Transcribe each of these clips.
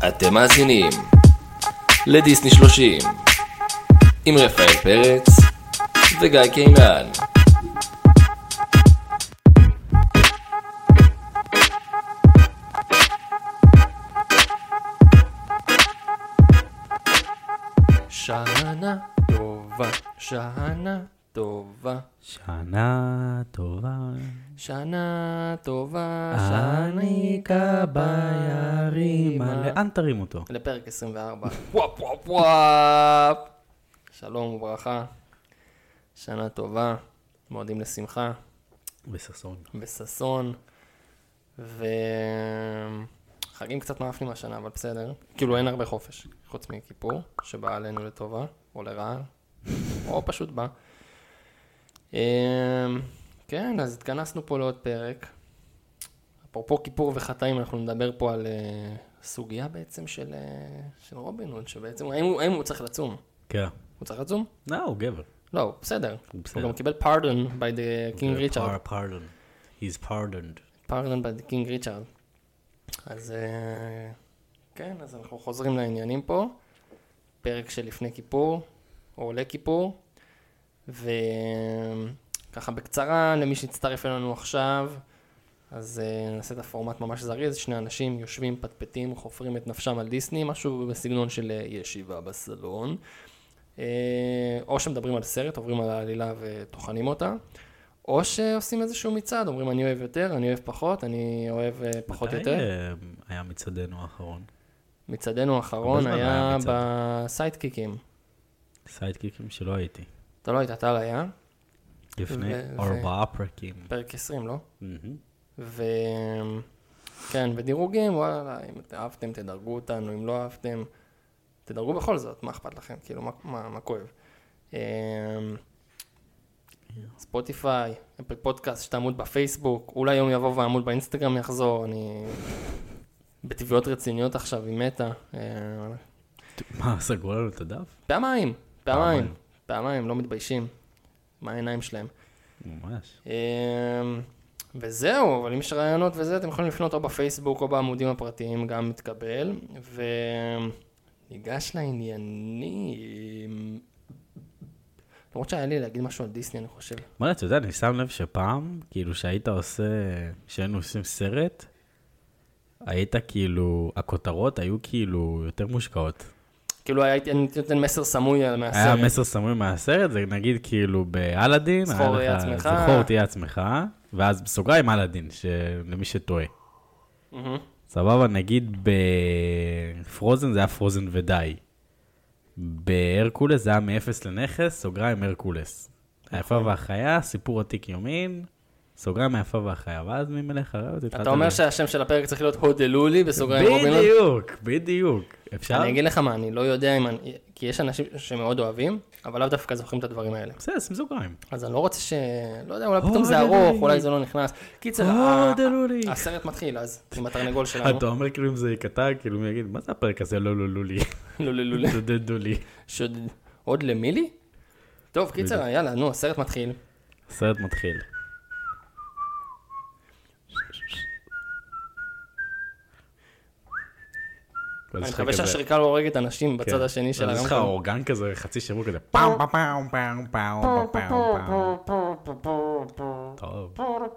אתם מאזינים לדיסני 30 עם רפאל פרץ וגיא קינן. שנה טובה, שנה טובה, שנה טובה, שנה טובה, שניקה בירימה. לאן תרים אותו? לפרק 24. וואפ וואפ וואפ. שלום וברכה. שנה טובה, מועדים לשמחה. בססון. בססון. וחגים קצת מאפנים השנה, אבל בסדר. כאילו אין הרבה חופש, חוץ מכיפור, שבא עלינו לטובה, או לרעה, או פשוט בא. כן, אז התכנסנו פה לעוד פרק. אפרופו כיפור וחטאים, אנחנו נדבר פה על סוגיה בעצם של רובין הוד, שבעצם, האם הוא צריך לצום? כן. הוא צריך לצום? לא, הוא גבר. לא, בסדר. הוא גם קיבל pardon by the King Richard. Pardon. He's pardoned. pardon by the King Richard. אז כן, אז אנחנו חוזרים לעניינים פה. פרק של לפני כיפור, או לכיפור. וככה בקצרה, למי שיצטרף אלינו עכשיו, אז נעשה את הפורמט ממש זריז. שני אנשים יושבים, פטפטים, חופרים את נפשם על דיסני, משהו בסגנון של ישיבה בסלון. או שמדברים על סרט, עוברים על העלילה ותוכנים אותה, או שעושים איזשהו מצעד, אומרים אני אוהב יותר, אני אוהב פחות, אני אוהב פחות יותר. מתי היה מצעדנו האחרון? מצעדנו האחרון היה בסיידקיקים. סיידקיקים שלא הייתי. אתה לא היית, אתה היה. לפני 4 פרקים. פרק 20, לא? כן, ודירוגים, וואלה, אם אהבתם תדרגו אותנו, אם לא אהבתם, תדרגו בכל זאת, מה אכפת לכם? כאילו, מה כואב? ספוטיפיי, אפל פודקאסט, שתעמוד בפייסבוק, אולי יום יבוא והעמוד באינסטגרם יחזור, אני בטבעיות רציניות עכשיו, היא מתה. מה, סגרו לנו את הדף? פעמיים, לא מתביישים. מה העיניים שלהם? ממש. וזהו, אבל אם יש רעיונות וזה, אתם יכולים לפנות או בפייסבוק או בעמודים הפרטיים, גם מתקבל. וניגש לעניינים. למרות שהיה לי להגיד משהו על דיסני, אני חושב. מה, אתה יודע, אני שם לב שפעם, כאילו שהיינו עושים סרט, היית כאילו, הכותרות היו כאילו יותר מושקעות. כאילו הייתי נותן מסר סמוי מהסרט. היה מסר סמוי מהסרט, זה נגיד כאילו באלאדין, זכור תהיה עצמך. זכור תהיה עצמך, ואז בסוגריים אלאדין, למי שטועה. סבבה, נגיד בפרוזן זה היה פרוזן ודי. בהרקולס זה היה מאפס לנכס, סוגריים הרקולס. היפה והחיה, סיפור עתיק יומין, סוגריים היפה והחיה, ואז ממלך הרעות. אתה אומר שהשם של הפרק צריך להיות הודלולי בסוגריים רובין הוד? בדיוק. אפשר? אני אגיד לך מה, אני לא יודע אם כי יש אנשים שמאוד אוהבים, אבל לאו דווקא זוכרים את הדברים האלה. בסדר, שים סוגריים. אז אני לא רוצה לא יודע, אולי פתאום זה ארוך, אולי זה לא נכנס. קיצר, הסרט מתחיל אז, עם התרנגול שלנו. אתה אומר כאילו אם זה יקטע, כאילו מי יגיד, מה זה הפרק הזה? לא לולי. לא לולי. שודדו לי. עוד למילי? טוב, קיצר, יאללה, נו, הסרט מתחיל. הסרט מתחיל. אני מקווה שהשריקה לא הורגת אנשים בצד השני של הרמקול. יש לך אורגן כזה, חצי שירות כזה, פאו פאו פאו פאו פאו פאו. טוב.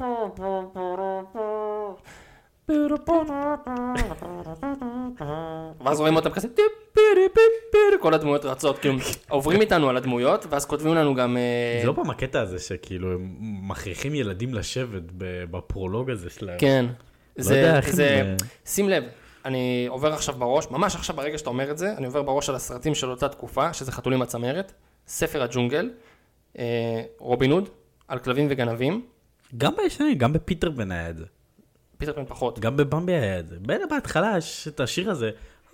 ואז רואים אותם כזה, כל הדמויות רצות, כאילו עוברים איתנו על הדמויות, ואז כותבים לנו גם... זה לא פעם הקטע הזה שכאילו הם מכריחים ילדים לשבת בפרולוג הזה שלהם. כן. שים לב. אני עובר עכשיו בראש, ממש עכשיו ברגע שאתה אומר את זה, אני עובר בראש על הסרטים של אותה תקופה, שזה חתולים הצמרת, ספר הג'ונגל, רובין הוד, על כלבים וגנבים. גם בישנים, גם בפיטר פן היה את זה. פיטר פן פחות. גם בבמבי היה את זה. בהתחלה יש את השיר הזה.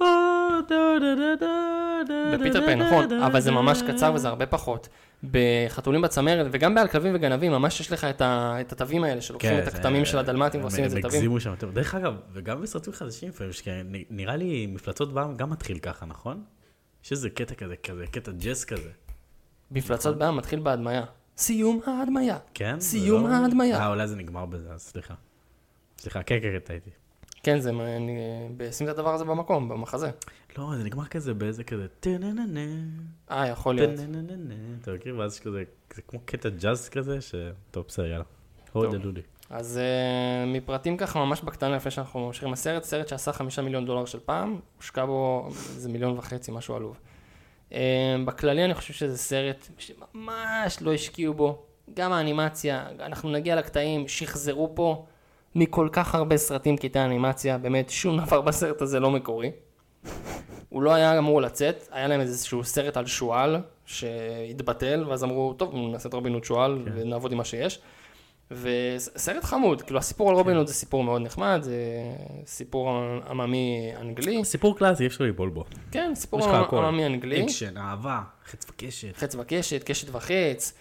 בפיטר פן, נכון, אבל זה ממש קצר וזה הרבה פחות. בחתולים בצמרת, וגם בעל כלבים וגנבים, ממש יש לך את התווים האלה, שלוקחים את הכתמים של הדלמטים ועושים את זה תווים. הם הגזימו שם. דרך אגב, וגם בסרטים חדשים, נראה לי מפלצות בעם גם מתחיל ככה, נכון? יש איזה קטע כזה, קטע ג'ס כזה. מפלצות בעם מתחיל בהדמיה. סיום ההדמיה. כן? סיום ההדמיה. אולי זה נגמר בזה, אז סליחה. כן, טעיתי. כן, שים את הדבר הזה במקום, במחזה. לא, זה נגמר כזה באיזה כזה, יכול להיות. אתה מכיר, ואז כזה, זה כמו קטע ג'אז כזה, טוב, בסדר, יאללה. עוד אלולי. אז מפרטים ככה ממש בקטנה, לפני שאנחנו ממשיכים הסרט, סרט שעשה $5 מיליון של פעם, הושקע בו איזה 1.5 מיליון, משהו עלוב. בכללי אני חושב שזה סרט שממש לא השקיעו בו, גם האנימציה, אנחנו נגיע לקטעים, שחזרו פה מכל כך הרבה סרטים קטעי אנימציה, באמת שום דבר בסרט הזה לא מקורי. הוא לא היה אמור לצאת, היה להם איזשהו סרט על שואל שהתבטל, ואז אמרו, טוב, נעשה את רובין הוד שואל ונעבוד עם מה שיש. וסרט חמוד, כאילו הסיפור על רובין הוד זה סיפור מאוד נחמד, זה סיפור עממי אנגלי. סיפור קלאסי, אפשר ליפול בו. כן, סיפור עממי אנגלי. אקשן, אהבה, חץ וקשת. חץ וקשת, קשת וחץ.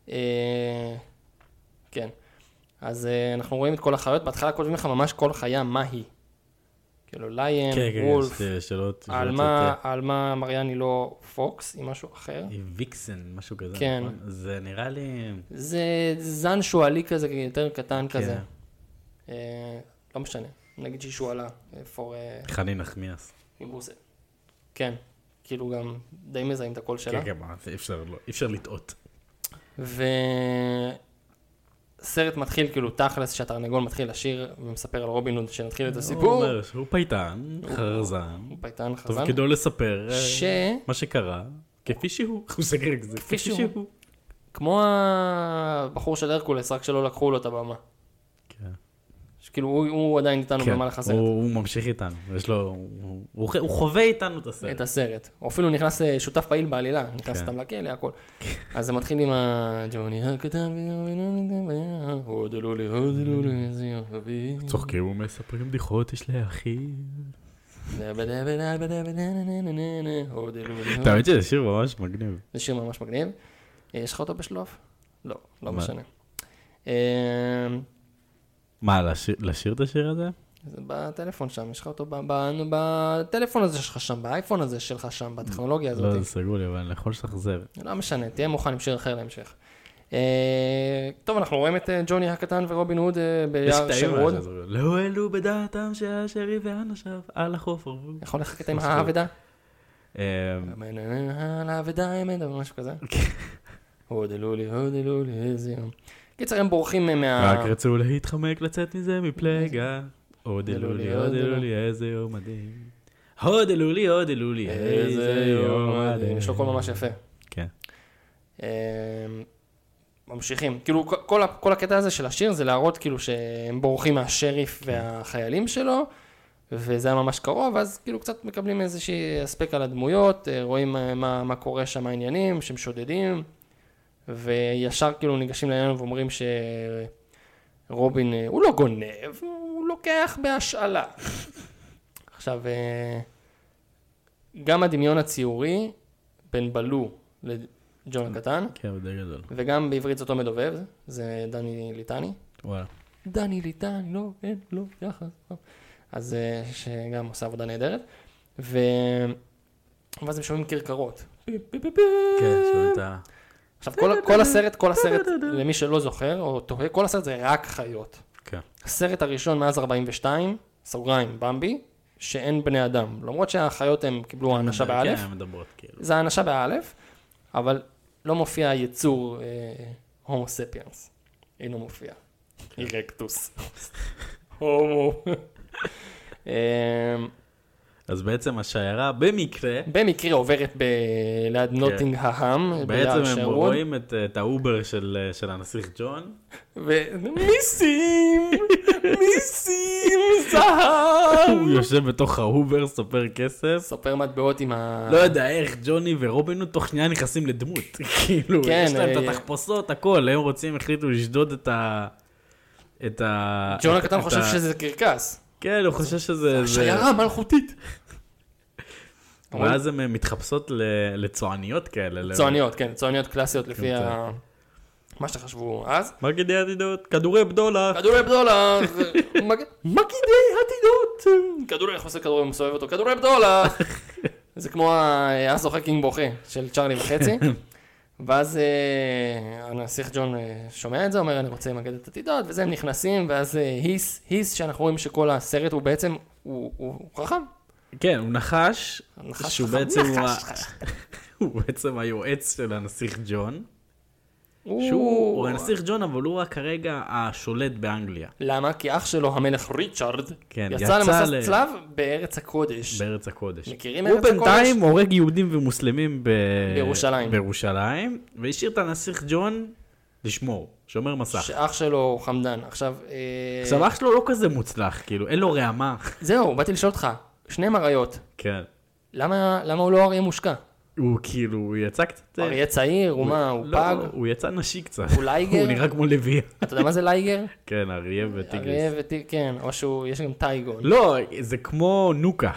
כן. אז אנחנו רואים את כל החיות, בהתחלה כותבים לך ממש כל חיה מה היא. כאילו ליין, וולף, על מה מריאני לא פוקס, היא משהו אחר. היא ויקסן, משהו כזה. כן. זה נראה לי... זה זן שואלי כזה, יותר קטן כזה. לא משנה, נגיד שהיא שואלה. חני נחמיאס. כן, כאילו גם די מזהים את הקול שלה. כן, כן, אי אפשר לטעות. סרט מתחיל כאילו תכלס שהתרנגול מתחיל לשיר ומספר על רובין הוד שנתחיל את הסיפור. הוא אומר שהוא פייטן, חרזן. הוא פייטן, חרזן. טוב כדאי לספר מה שקרה, כפי שהוא. הוא סגר את זה, כפי שהוא. כמו הבחור של הרקולס, רק שלא לקחו לו את הבמה. כן. כאילו הוא עדיין איתנו במהלך הסרט. הוא ממשיך איתנו, הוא חווה איתנו את הסרט. את הסרט. הוא אפילו נכנס שותף פעיל בעלילה, נכנס סתם לכלא, הכל. אז זה מתחיל עם הג'וני הקטן, הודלו לי, איזה יופי. צוחקים ומספרים בדיחות, יש לי אחי. אתה מבין שזה שיר ממש מגניב. זה שיר ממש מגניב. יש לך אותו בשלוף? לא, לא משנה. מה, לשיר את השיר הזה? זה בטלפון שם, יש לך אותו בטלפון הזה שלך שם, באייפון הזה שלך שם, בטכנולוגיה הזאת. לא, זה סגור לי, אבל אני יכול לשחזר. לא משנה, תהיה מוכן עם שיר אחר להמשך. טוב, אנחנו רואים את ג'וני הקטן ורובין הוד ביער שרוד. לא העלו בדעתם שהשרי ואנשיו על החוף ערבו. יכול לחכת עם האבדה? על האבדה האמת, או משהו כזה. הודלו לי, איזה יום. קיצר, הם בורחים רק רצו להתחמק לצאת מזה מפלגה. הודלו לי, איזה יום מדהים. הודלו לי, איזה יום מדהים. יש לו קול ממש יפה. כן. ממשיכים. כאילו, כל הקטע הזה של השיר זה להראות כאילו שהם בורחים מהשריף והחיילים שלו, וזה היה ממש קרוב, אז כאילו קצת מקבלים איזושהי אספק על הדמויות, רואים מה קורה שם העניינים, שהם שודדים. וישר כאילו ניגשים לעניין ואומרים שרובין, הוא לא גונב, הוא לוקח בהשאלה. עכשיו, גם הדמיון הציורי בין בלו לג'ון הקטן, כן, הוא די גדול. וגם בעברית זה אותו מדובב, זה דני ליטני. וואלה. דני ליטני, לא, אין, לא, יחד. אז שגם עושה עבודה נהדרת. ואז הם שומעים קרקרות. כן, שומעים את ה... עכשיו, כל הסרט, למי שלא זוכר, או תוהה, כל הסרט זה רק חיות. כן. הסרט הראשון מאז 42, סוגריים, במבי, שאין בני אדם. למרות שהחיות הם קיבלו האנשה באלף. כן, הם מדברות כאילו. זה האנשה באלף, אבל לא מופיע יצור הומו ספיאנס. אינו מופיע. אירקטוס. הומו. אז בעצם השיירה במקרה עוברת ליד נוטינגהאם. בעצם הם רואים את האובר של הנסיך ג'ון. ומיסים, זהב. הוא יושב בתוך האובר, סופר כסף. סופר מטבעות עם לא יודע איך ג'וני ורובין תוך שנייה נכנסים לדמות. כאילו, יש להם את התחפושות, הכל. הם החליטו לשדוד את ה... ג'ון הקטן חושב שזה קרקס. כן, הוא חושב שזה... שיירה מלכותית. ואז הן מתחפשות לצועניות כאלה. צועניות, כן, צועניות קלאסיות לפי מה שחשבו אז. מגידי עתידות, כדורי בדולר. מגידי עתידות. כדורי, איך עושה כדורי, מסובב אותו, כדורי בדולר. זה כמו הזוחק עם בוכה של צ'רלי וחצי. ואז הנסיך ג'ון שומע את זה, אומר, אני רוצה למגד את עתידות, וזה הם נכנסים, ואז היס, שאנחנו רואים שכל הסרט הוא בעצם, הוא חכם. כן, הוא נחש, שהוא בעצם הוא בעצם היועץ של הנסיך ג'ון. הוא הנסיך ג'ון, אבל הוא רק כרגע השולט באנגליה. למה? כי אח שלו, המלך ריצ'ארד, יצא למסע צלב בארץ הקודש. בארץ הקודש. מכירים ארץ הקודש? הוא בינתיים הורג יהודים ומוסלמים בירושלים. והשאיר את הנסיך ג'ון לשמור, שומר מסך. שאח שלו חמדן. עכשיו אח שלו לא כזה מוצלח, כאילו, אין לו רעמה. זהו, באתי לשאול אותך, שניהם אריות. כן. למה הוא לא אריה מושקע? הוא כאילו, הוא יצא קצת... אריה צעיר, הוא מה, הוא פג? לא, הוא יצא נשי קצת. הוא לייגר? הוא נראה כמו לוי. אתה יודע מה זה לייגר? כן, אריה וטיגריס. אריה כן, או שיש גם טייגון. לא, זה כמו נוקה.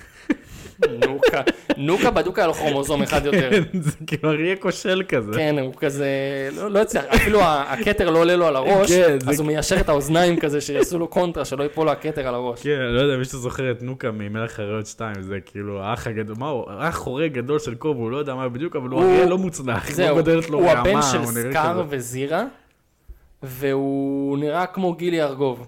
נוקה בדוק היה לו כרומוזום אחד יותר. כן, זה כאילו אריה כושל כזה. כן, הוא כזה, לא הצליח, אפילו הכתר לא עולה לו על הראש, אז הוא מיישר את האוזניים כזה, שיעשו לו קונטרה, שלא ייפול לו הכתר על הראש. כן, לא יודע, מי שזוכר את נוקה ממלך האריות 2, זה כאילו האח הגדול, מה הוא? האח חורג גדול של קוב, הוא לא יודע מה בדיוק, אבל הוא אריה לא מוצלח. זהו, הוא הבן של סקאר וזירה, והוא נראה כמו גילי ארגוב.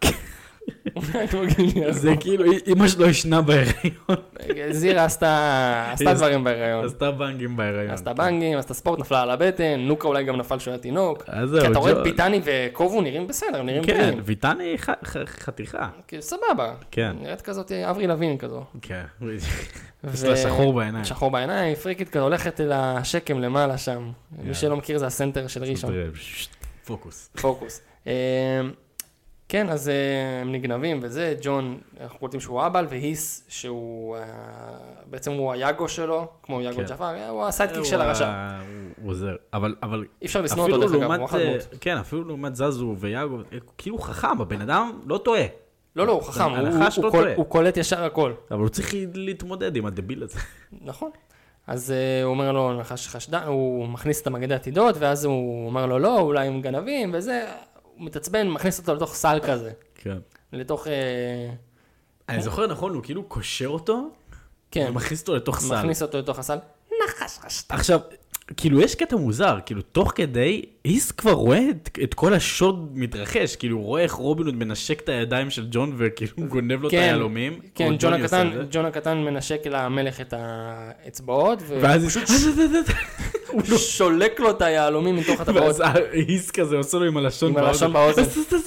זה כאילו, אמא שלו ישנה בהיריון. זירה עשתה דברים בהיריון. עשתה בנגים בהיריון. עשתה בנגים, עשתה ספורט, נפלה על הבטן, נוקה אולי גם נפל שהוא היה תינוק. כי אתה רואה את ביטני וקובו נראים בסדר, נראים בריאים. כן, ביטני חתיכה. סבבה. נראית כזאת אברי לוין כזו. כן, יש לה שחור בעיניים. שחור בעיניים, פריקית כזו הולכת אל השקם למעלה שם. מי שלא מכיר זה הסנטר של ראשון. פוקוס. כן, אז הם נגנבים וזה, ג'ון, אנחנו קולטים שהוא אבל, והיס שהוא, בעצם הוא היאגו שלו, כמו יאגו ג'פר, הוא הסיידקיק של הרשע. הוא עוזר, אבל... אי אפשר לסנוע אותו דרך אגב, הוא אחת דמות. כן, אפילו לעומת זזו ויאגו, כאילו הוא חכם, הבן אדם לא טואה. לא, הוא חכם, הוא קולט ישר הכל. אבל הוא צריך להתמודד עם הדביל הזה. נכון. אז הוא אומר לו, הוא מכניס את המגדי עתידות, ואז הוא אומר לו, לא, אולי הם גנבים, וזה... הוא מתעצבן, מכניס אותו לתוך סל כזה. כן. לתוך... אני זוכר נכון, הוא כאילו קושר אותו, כן. ומכניס אותו לתוך סל. מכניס אותו לתוך הסל. נחש. עכשיו, כאילו יש קטע מוזר, כאילו תוך כדי, היס כבר רואה את כל השוד מתרחש, כאילו הוא רואה איך רובין הוד מנשק את הידיים של ג'ון, וכאילו הוא גונב לו את היהלומים. כן, ג'ון הקטן מנשק למלך את האצבעות, ואז הוא שולק לו את היהלומים מתוך הטבעות. ואז היס כזה עושה לו עם הלשון באוזן.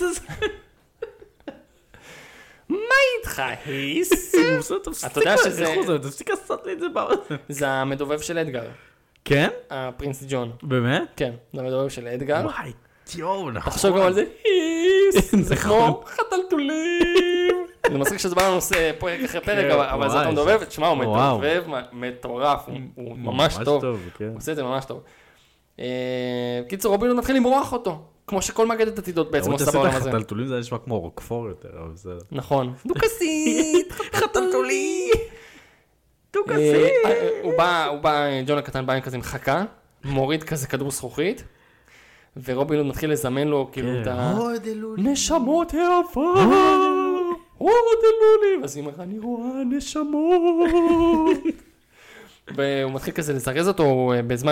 מה איתך, היס? אתה יודע שזה... תפסיק לעשות לי את זה באוזן. זה המדובב של אדגר. כן? הפרינס ג'ון. באמת? כן, זה המדובב של אדגר. וואי, יואו, נכון. תחשוב גם על זה, היס! זה כמו חתלתולים. זה מצחיק שזה בא לנו פרק אחרי פרק, אבל זאת המדובבת, שמע, הוא מדובב מטורף, הוא ממש טוב. הוא עושה את זה ממש טוב. קיצור, רובין הוד מתחיל למרוח אותו, כמו שכל מגדת עתידות בעצם עושה בעולם הזה. חתלתולים זה נשמע כמו רוקפור יותר, אבל זה... נכון. דוכסית, חתלתולי. דוכסית. ג'ון הקטן בא עם כזה עם חכה, מוריד כזה כדור זכוכית, ורובין הוד מתחיל לזמן לו כאילו את הנשמות העבר. עוד אלולי, ואז היא אמרה, אני רואה נשמות. והוא מתחיל כזה לזרז אותו בזמן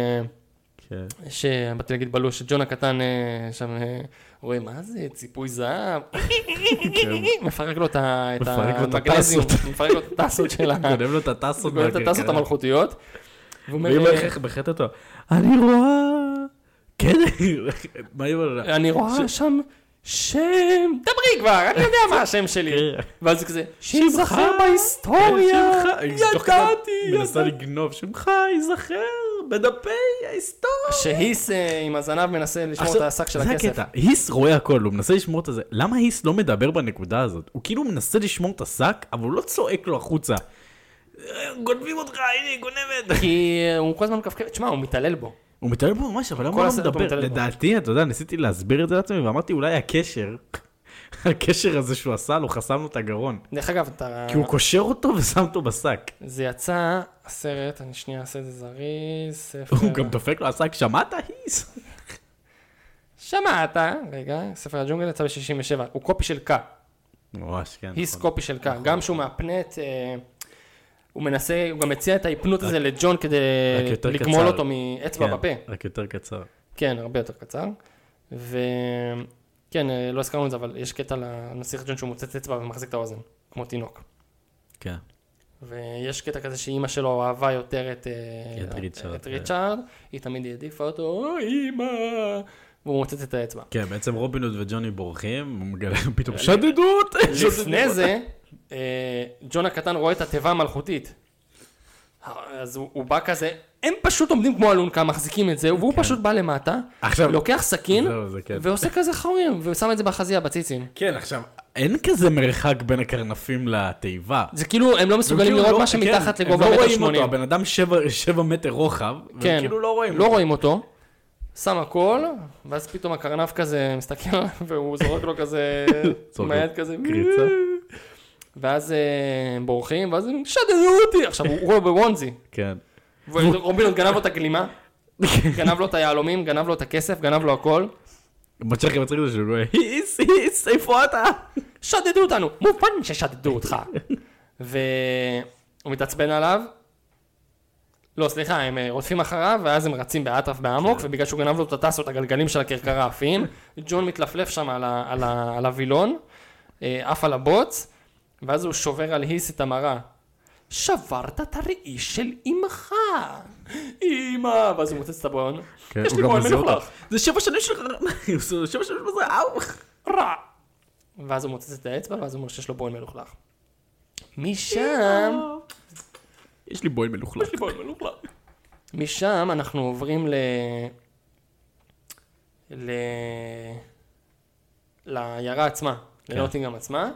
שבאתי להגיד בלוש, שג'ון הקטן שם רואה, מה זה, ציפוי זהב? מפרק לו את המגנזיום, מפרק לו את הטסות שלה. גונב לו את הטסות. גונב את הטסות המלכותיות. והיא אומר, בחטא אותו, אני רואה... כן, מה היא אומרת? אני רואה שם... שם, דברי כבר, אני יודע מה השם שלי. ואז זה כזה, שיזכר בהיסטוריה, ידעתי. מנסה לגנוב, שמך ייזכר בדפי ההיסטוריה. שהיס עם הזנב מנסה לשמור את השק של הכסף. זה הקטע, היס רואה הכל, הוא מנסה לשמור את זה. למה היס לא מדבר בנקודה הזאת? הוא כאילו מנסה לשמור את השק, אבל הוא לא צועק לו החוצה. גונבים אותך, הנה, גונבת. כי הוא כל הזמן מקפקף, תשמע, הוא מתעלל בו. הוא מתעלל בו ממש, אבל למה הוא לא מדבר? לדעתי, אתה יודע, ניסיתי להסביר את זה לעצמי, ואמרתי, אולי הקשר הזה שהוא עשה לו, חסם לו את הגרון. דרך אגב, אתה... כי הוא קושר אותו ושם אותו בשק. זה יצא, הסרט, אני שנייה אעשה את זה זריז, הוא גם דופק לו השק, שמעת, היס? שמעת, רגע, ספר הג'ונגל יצא ב-67, הוא קופי של קה. ממש, כן. היס קופי של קה, גם שהוא מהפנט... הוא מנסה, הוא גם מציע את ההיפנות הזה לג'ון כדי לגמול אותו מאצבע בפה. רק יותר קצר. כן, הרבה יותר קצר. וכן, לא הזכרנו את זה, אבל יש קטע לנסיך ג'ון שהוא מוצץ אצבע ומחזיק את האוזן, כמו תינוק. כן. ויש קטע כזה שאימא שלו אהבה יותר את ריצ'ארד, היא תמיד העדיפה אותו, אמא, והוא מוצץ את האצבע. כן, בעצם רובין הוד וג'וני בורחים, הוא מגלה פתאום שדדות. לפני זה, ג'ון הקטן רואה את התיבה המלכותית. אז הוא בא כזה, הם פשוט עומדים כמו אלונקה, מחזיקים את זה, והוא פשוט בא למטה, לוקח סכין, ועושה כזה חורים, ושם את זה בחזייה, בציצים. כן, עכשיו, אין כזה מרחק בין הקרנפים לתיבה. זה כאילו, הם לא מסוגלים לראות מה שמתחת לגובה מטר 80. אותו, הבן אדם 7 מטר רוחב, וכאילו לא רואים. לא רואים אותו, שם הכל, ואז פתאום הקרנף כזה מסתכל, והוא זורק לו כזה, מהיד כזה, קריצה. ואז הם בורחים, ואז הם שדדו אותי. עכשיו, הוא רואה בוונזי. כן. רובין גנב לו את הגלימה, גנב לו את היהלומים, גנב לו את הכסף, גנב לו הכל. מצליח את זה שלו, היס, איפה אתה? שדדו אותנו, מובן ששדדו אותך. והוא מתעצבן עליו. לא, סליחה, הם רודפים אחריו, ואז הם רצים באטרף באמוק, ובגלל שהוא גנב לו את הטסות, הגלגלים של הכרכרה עפים, ג'ון מתלפלף שם על הווילון, עף על הבוץ, ואז הוא שובר על היס את המראה. שברת את הראי של אמך. אמא, ואז הוא מוצץ את הבון. יש לי בון מלוכלך. זה 7 שנים שלך. 7 שנים בזה, רע. ואז הוא מוצץ את האצבע, ואז הוא אומר שיש לו בון מלוכלך. משם... יש לי בון מלוכלך. משם אנחנו עוברים לעיירה עצמה, לנוטינגהאם עצמה.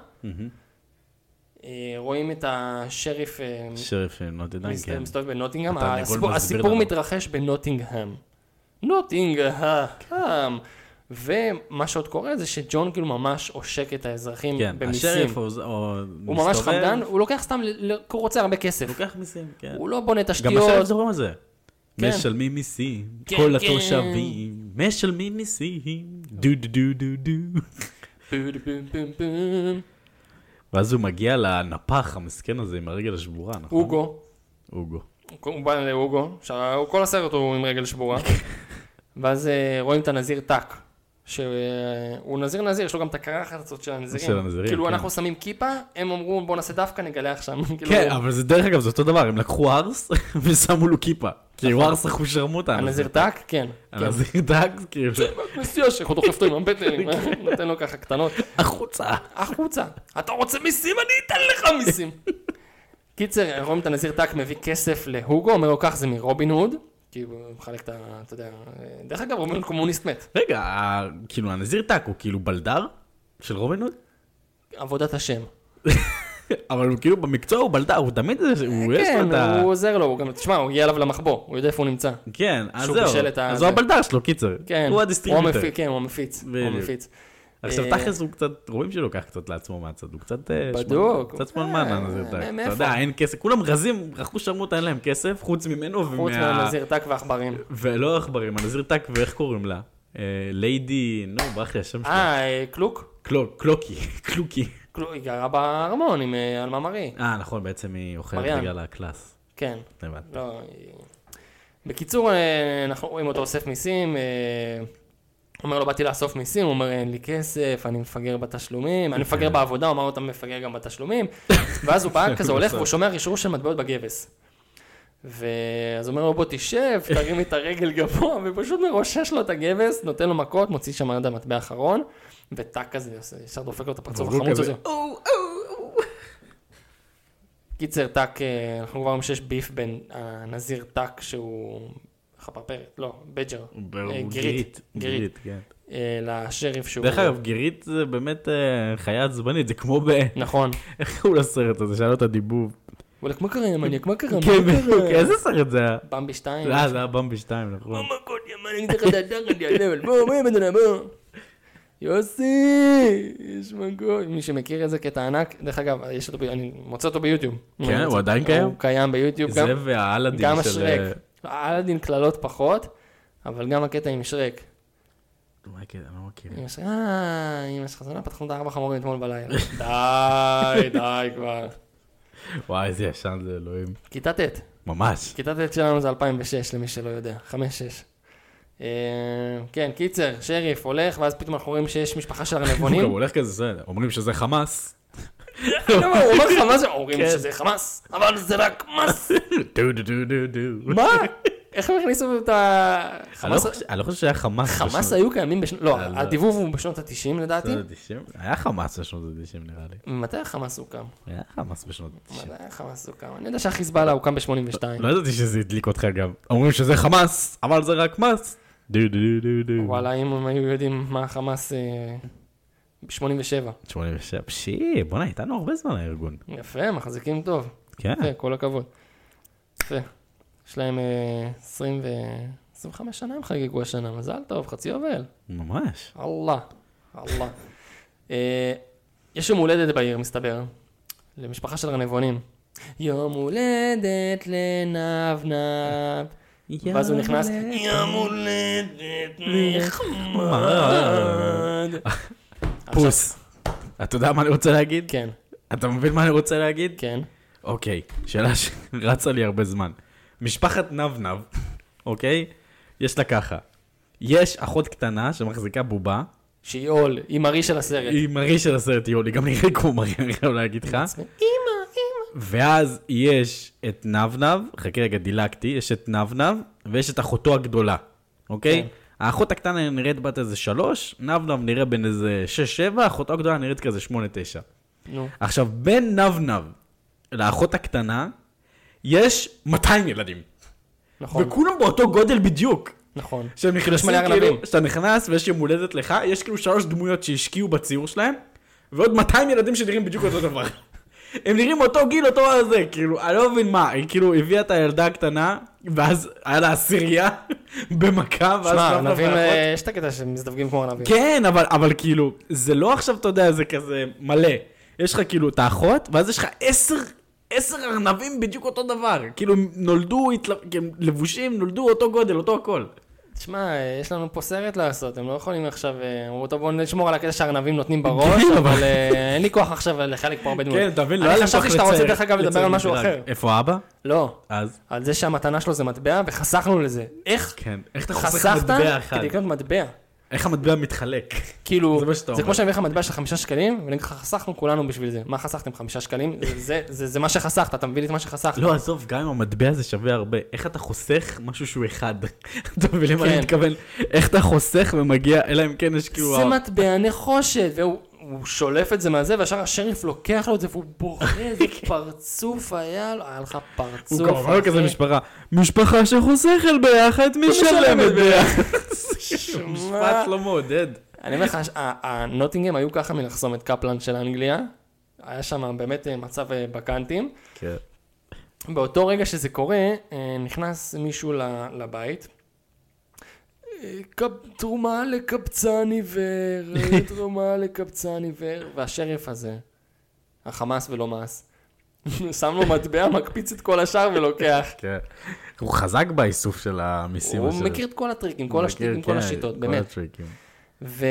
רואים את השריף נוטינגהאם, כן. מסתובב בנוטינגהאם. הסיפור מתרחש בנוטינגהאם. נוטינגהאם. ומה שעוד קורה זה שג'ון כאילו ממש עושק את האזרחים במיסים. השריף הוא ממש חמדן, הוא לוקח סתם, הוא רוצה הרבה כסף. לוקח מיסים, כן. הוא לא בונה תשתיות. גם השריף זוכרים על זה. משלמים מיסים, כל התושבים, משלמים מיסים, דו דו דו דו דו. ואז הוא מגיע לנפח המסכן הזה עם הרגל השבורה, נכון? אוגו. הוא בא לאוגו, כל הסרט הוא עם רגל שבורה. ואז רואים את הנזיר טק, שהוא נזיר, יש לו גם את הקרחת הזאת של הנזירים. כאילו אנחנו שמים כיפה, הם אמרו בוא נעשה דווקא, נגלח שם. כן, אבל זה דרך אגב, זה אותו דבר, הם לקחו ארס ושמו לו כיפה. כי הוא ארס אחו שרמוטה. הנזיר טק, כן. הנזיר טק, כאילו. זה מהכנסייה שאנחנו דוחף אותו עם הבטן, נותן לו ככה קטנות. החוצה. אתה רוצה מיסים? אני אתן לך מיסים. קיצר, רואים את הנזיר טק מביא כסף להוגו, אומר לו כך זה מרובין הוד. כי הוא מחלק את ה... אתה יודע... דרך אגב, רובין הוד קומוניסט מת. רגע, כאילו הנזיר טק הוא כאילו בלדר של רובין הוד? עבודת השם. אבל הוא כאילו במקצוע הוא בלדר, הוא תמיד... כן, הוא עוזר לו, הוא גם... תשמע, הוא הגיע אליו למחבוא, הוא יודע איפה הוא נמצא. כן, אז זהו. אז הוא הבלדר שלו, קיצר. כן, הוא הדיסטריביוטר. כן, הוא המפיץ. עכשיו תכלס הוא קצת, רואים שלא קח קצת לעצמו מהצד, הוא קצת... בדוק. קצת שמאלמן הנזיר טק. אתה יודע, אין כסף, כולם רזים, רכו שרמוטה, אין להם כסף, חוץ ממנו חוץ מהנזיר טק ועכברים. ולא עכברים, הנזיר טק ואיך קוראים לה? ליידי, נו, ברח לי השם שלה. קלוק? קלוקי. היא גרה בארמון עם אלמה מרי. נכון, בעצם היא אוכלת בגלל הקלאס. כן. בקיצור, אנחנו רואים אותו אוסף מיסים, אומר לו, באתי לאסוף מיסים, הוא אומר, אין לי כסף, אני מפגר בתשלומים, אני מפגר בעבודה, הוא אומר, אתה מפגר גם בתשלומים, ואז הוא בא כזה, הולך, והוא שומע רשרוש של מטבעות בגבס. ואז הוא אומר לו, בוא תשב, תרים את הרגל גבוה, ופשוט מרושש לו את הגבס, נותן לו מכות, מוציא שם עד המטבע האחרון, וטק כזה, ישר דופק לו את הפרצוף החמוץ הזה. קיצר, טק, אנחנו כבר שיש ביף בין הנזיר טק שהוא... חפרפרת, לא, בג'ר. גירית, כן. לשריף שהוא... דרך אגב, גירית זה באמת חיה עצבנית, זה כמו ב... נכון. איך הוא לסרט הזה? שאלו את הדיבוב. הוא הולך, מה קרה ימניאק? מה קרה? כן, איזה סרט זה היה? במבי 2. זה היה במבי 2, נכון. מה קוד ימניאק? אני אגיד לך את בוא. יוסי, יש מנגוי. מי שמכיר את זה קטע ענק, דרך אגב, אני מוצא אותו ביוטיוב. כן, הוא עדיין קיים? הוא קיים ביוטיוב. זה והאלאדין של... גם השרק. האלאדין כללות פחות, אבל גם הקטע עם שרק. מה הקטע? אני לא מכיר. אמא שלך זונה, פתחנו את 4 חמורים אתמול בלילה. די כבר. וואי, איזה ישן זה, אלוהים. כיתה ט'. ממש. כיתה ט' שלנו זה 2006, למי שלא יודע. 5-6. כן, קיצר, שריף הולך, ואז פתאום אנחנו רואים שיש משפחה של הוא ארנבונים. גם הולך כזה, אומרים שזה חמאס. הוא אומר חמאס, אומרים שזה חמאס, אבל זה רק מס. מה? איך הם הכניסו את החמאס? אני לא חושב שהיה חמאס. חמאס היו קיימים לא, הדיבוב הוא בשנות ה-90 לדעתי. היה חמאס בשנות ה-90 נראה לי. מתי החמאס הוקם? היה חמאס בשנות ה-90. מתי החמאס הוקם? אני יודע שהחיזבאללה הוקם ב-82. לא ידעתי שזה הדליק אותך גם. אומרים שזה חמאס, אבל זה רק מס. וואלה, אם הם היו יודעים מה החמאס ב-87. 87, בוא'נה, איתנו הרבה זמן הארגון. יפה, מחזיקים טוב. כן. יפה, כל הכבוד. יפה. יש להם 25 שנה הם חגגו השנה, מזל טוב, חצי יובל. ממש. אללה, אללה. יש יום הולדת בעיר, מסתבר, למשפחה של ארנבונים. יום הולדת לנבנב. ואז הוא נכנס, יום הולדת נחמד. פוס. אתה יודע מה אני רוצה להגיד? כן. אתה מבין מה אני רוצה להגיד? כן. אוקיי, שאלה שרצה לי הרבה זמן. משפחת נבנב, אוקיי? יש לה ככה. יש אחות קטנה שמחזיקה בובה. שהיא אול, היא מרי של הסרט. היא מרי של הסרט, היא אול, היא גם נראה כמו מרי, אני חייב להגיד לך. אמא. ואז יש את נבנב, חכה רגע, דילגתי, יש את נבנב, ויש את אחותו הגדולה, אוקיי? כן. האחות הקטנה נראית בת איזה 3, נבנב נראה בין איזה 6-7, אחותו הגדולה נראית כזה 8-9. נו. עכשיו, בין נבנב לאחות הקטנה, יש 200 ילדים. נכון. וכולם באותו גודל בדיוק. נכון. שהם נכנסים כאילו, שאתה נכנס ויש יום הולדת לך, יש כאילו 3 דמויות שהשקיעו בציור שלהם, ועוד 200 ילדים שנראים בדיוק אותו דבר. הם נראים אותו גיל, אותו הזה, כאילו, אני לא מבין מה, היא כאילו הביאה את הילדה הקטנה, ואז היה לה עשירייה במכה, ואז... שמע, ענבים, יש את הקטע שמזדווגים כמו ענבים. כן, אבל כאילו, זה לא עכשיו, אתה יודע, זה כזה מלא. יש לך כאילו את האחות, ואז יש לך 10 ארנבים בדיוק אותו דבר. כאילו, נולדו, לבושים, נולדו אותו גודל, אותו הכל. תשמע, יש לנו פה סרט לעשות, הם לא יכולים עכשיו, אמרו טוב, בואו נשמור על הקטע שהארנבים נותנים בראש, אבל אין לי כוח עכשיו לחלק פה הרבה דמות. כן, תבין, לא אני היה לי חשבתי שאתה רוצה דרך אגב לדבר על משהו אחר. איפה אבא? לא. אז? על זה שהמתנה שלו זה מטבע, וחסכנו לזה. איך? כן, איך אתה חוסך מטבע אחד? כדי לקנות מטבע. איך המטבע מתחלק? כאילו, זה מה שאתה אומר. זה כמו שאני מביא לך מטבע של 5 שקלים, ונגיד חסכנו כולנו בשביל זה. מה חסכתם? 5 שקלים? זה מה שחסכת, אתה מביא לי את מה שחסכת. לא, עזוב, גם אם המטבע הזה שווה הרבה, איך אתה חוסך משהו שהוא אחד? אתה מבין למה אני מתכוון? איך אתה חוסך ומגיע, אלא אם כן יש כאילו... זה מטבע נחושת, והוא שולף את זה מהזה, והשאר השריף לוקח לו את זה, והוא בוכה, איזה פרצוף היה לו, היה לך פרצוף. הוא כבר כזה משפחה שחוסכת ביחד, משלמת ביחד. משפט לא מעודד. אני אומר לך, הנוטינגהם היו ככה מלחסום את קפלן של אנגליה, היה שם באמת מצב בקנטים. כן. באותו רגע שזה קורה, נכנס מישהו לבית, תרומה לקבצן עיוור, תרומה לקבצן עיוור, והשריף הזה, החמאס ולא מס, שם לו מטבע, מקפיץ את כל השאר ולוקח. כן. הוא חזק באיסוף של המיסים. הוא מכיר את כל הטריקים, כל השיטות, באמת. והוא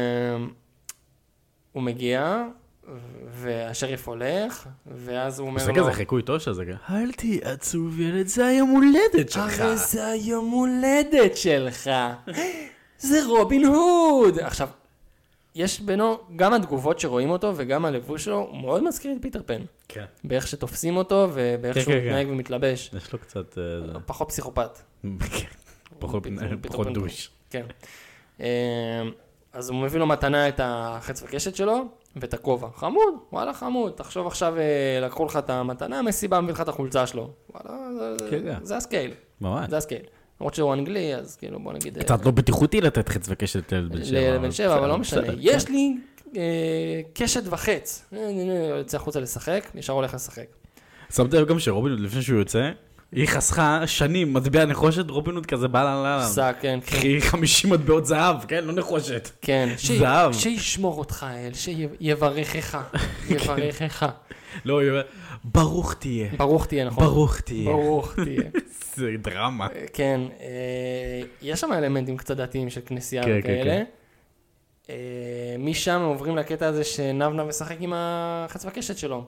מגיע, והשריף הולך, ואז הוא אומר לו... זה כזה חיקוי טוב שזה כזה, אל תהיה עצוב ילד, זה היום הולדת שלך. הרי זה היום הולדת שלך. זה רובין הוד. עכשיו, יש בינו גם התגובות שרואים אותו וגם הלבוש שלו, הוא מאוד מזכיר את פיטר פן. כן. באיך שתופסים אותו ובאיך שהוא מתנהג ומתלבש. יש לו קצת... פחות פסיכופת. פחות דוש. כן. אז הוא מביא לו מתנה את החץ וקשת שלו ואת הכובע. חמוד, וואלה חמוד. תחשוב עכשיו לקחו לך את המתנה, מסיבה מביא לך את החולצה שלו. וואלה, זה הסקייל. ממש. זה הסקייל. למרות שהוא אנגלי, אז כאילו בוא נגיד... קצת לא בטיחותי לתת חץ וקשת לבן 7. אבל לא משנה. יש לי קשת וחץ. יוצא החוצה לשחק, נשאר הולך לשחק. שמת לב גם שרובינוד לפני שהוא יוצא, היא חסכה שנים מטבע נחושת, רובינוד כזה בא לה. עשה, כן. היא 50 מטבעות זהב, כן? לא נחושת. כן. זהב. שישמור אותך אל, שיברכך. יברכך. לא, ברוך תהיה. ברוך תהיה, נכון. ברוך תהיה. ברוך תהיה. זה דרמה. כן. יש שם אלמנטים קצת דתיים של כנסייה וכאלה. משם עוברים לקטע הזה שנבנב משחק עם החץ וקשת שלו.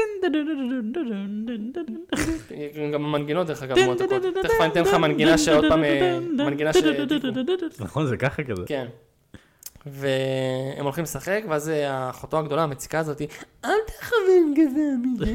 גם המנגינות דרך אגב מאוד דקות. תכף אני אתן לך מנגינה שעוד פעם, מנגינה נכון, זה ככה כזה. כן. והם הולכים לשחק, ואז האחותו הגדולה, המציקה הזאת, אל תכוון כזה,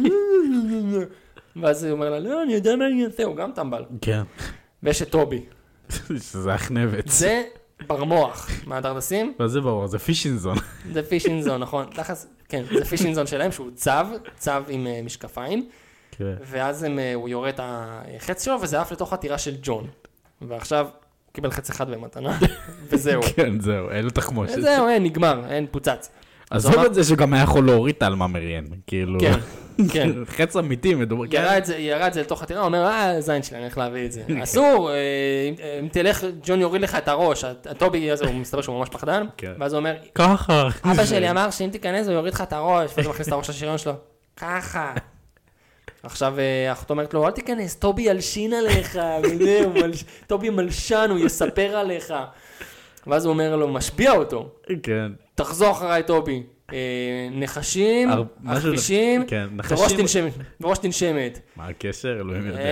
ואז הוא אומר לה, לא, אני יודע מה אני אעשה, הוא גם טמבל. כן. ויש את טובי. זה החנבת. זה ברמוח, מהדרדסים. מה זה ברמוח? זה פישינזון. זה פישינזון, נכון. כן, זה פישינזון שלהם, שהוא צו עם משקפיים. ואז הוא יורה את החץ שלו, וזה אף לתוך הטירה של ג'ון. ועכשיו הוא קיבל חץ אחד במתנה, וזהו. כן, זהו, אין לו תחמושת. זהו, נגמר, אין פוצץ. עזוב את זה שגם היה יכול להוריד את אלמה מריאן, כאילו. כן. חץ אמיתי מדובר. ירה את זה לתוך הטירה, הוא אומר, זין שלי, אני הולך להביא את זה. אסור, אם תלך, ג'ון יוריד לך את הראש, הטובי הזה, הוא מסתבר שהוא ממש פחדן, ואז הוא אומר, ככה. אבא שלי אמר שאם תיכנס הוא יוריד לך את הראש, ואז הוא מכניס את הראש לשריון שלו, ככה. עכשיו אחותו אומרת לו, אל תיכנס, טובי ילשין עליך, טובי מלשן, הוא יספר עליך. ואז הוא אומר לו, משביע אותו. כן. תחזור אחריי טובי. נחשים, הכבישים, וראש תנשמת. מה הקשר? אלוהים יודע.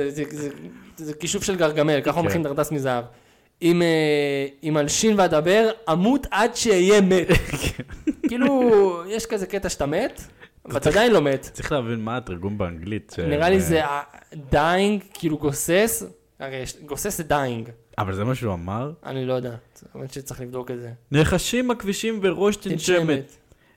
זה כישוף של גרגמל, ככה הוא מכין דרדס מזהב. אם אלשין ואדבר, אמות עד שיהיה מת. כאילו, יש כזה קטע שאתה מת, ואתה עדיין לא מת. צריך להבין מה התרגום באנגלית. נראה לי זה dying, כאילו גוסס, הרי גוסס זה dying. אבל זה מה שהוא אמר? אני לא יודע, האמת שצריך לבדוק את זה. נחשים, הכבישים וראש תנשמת.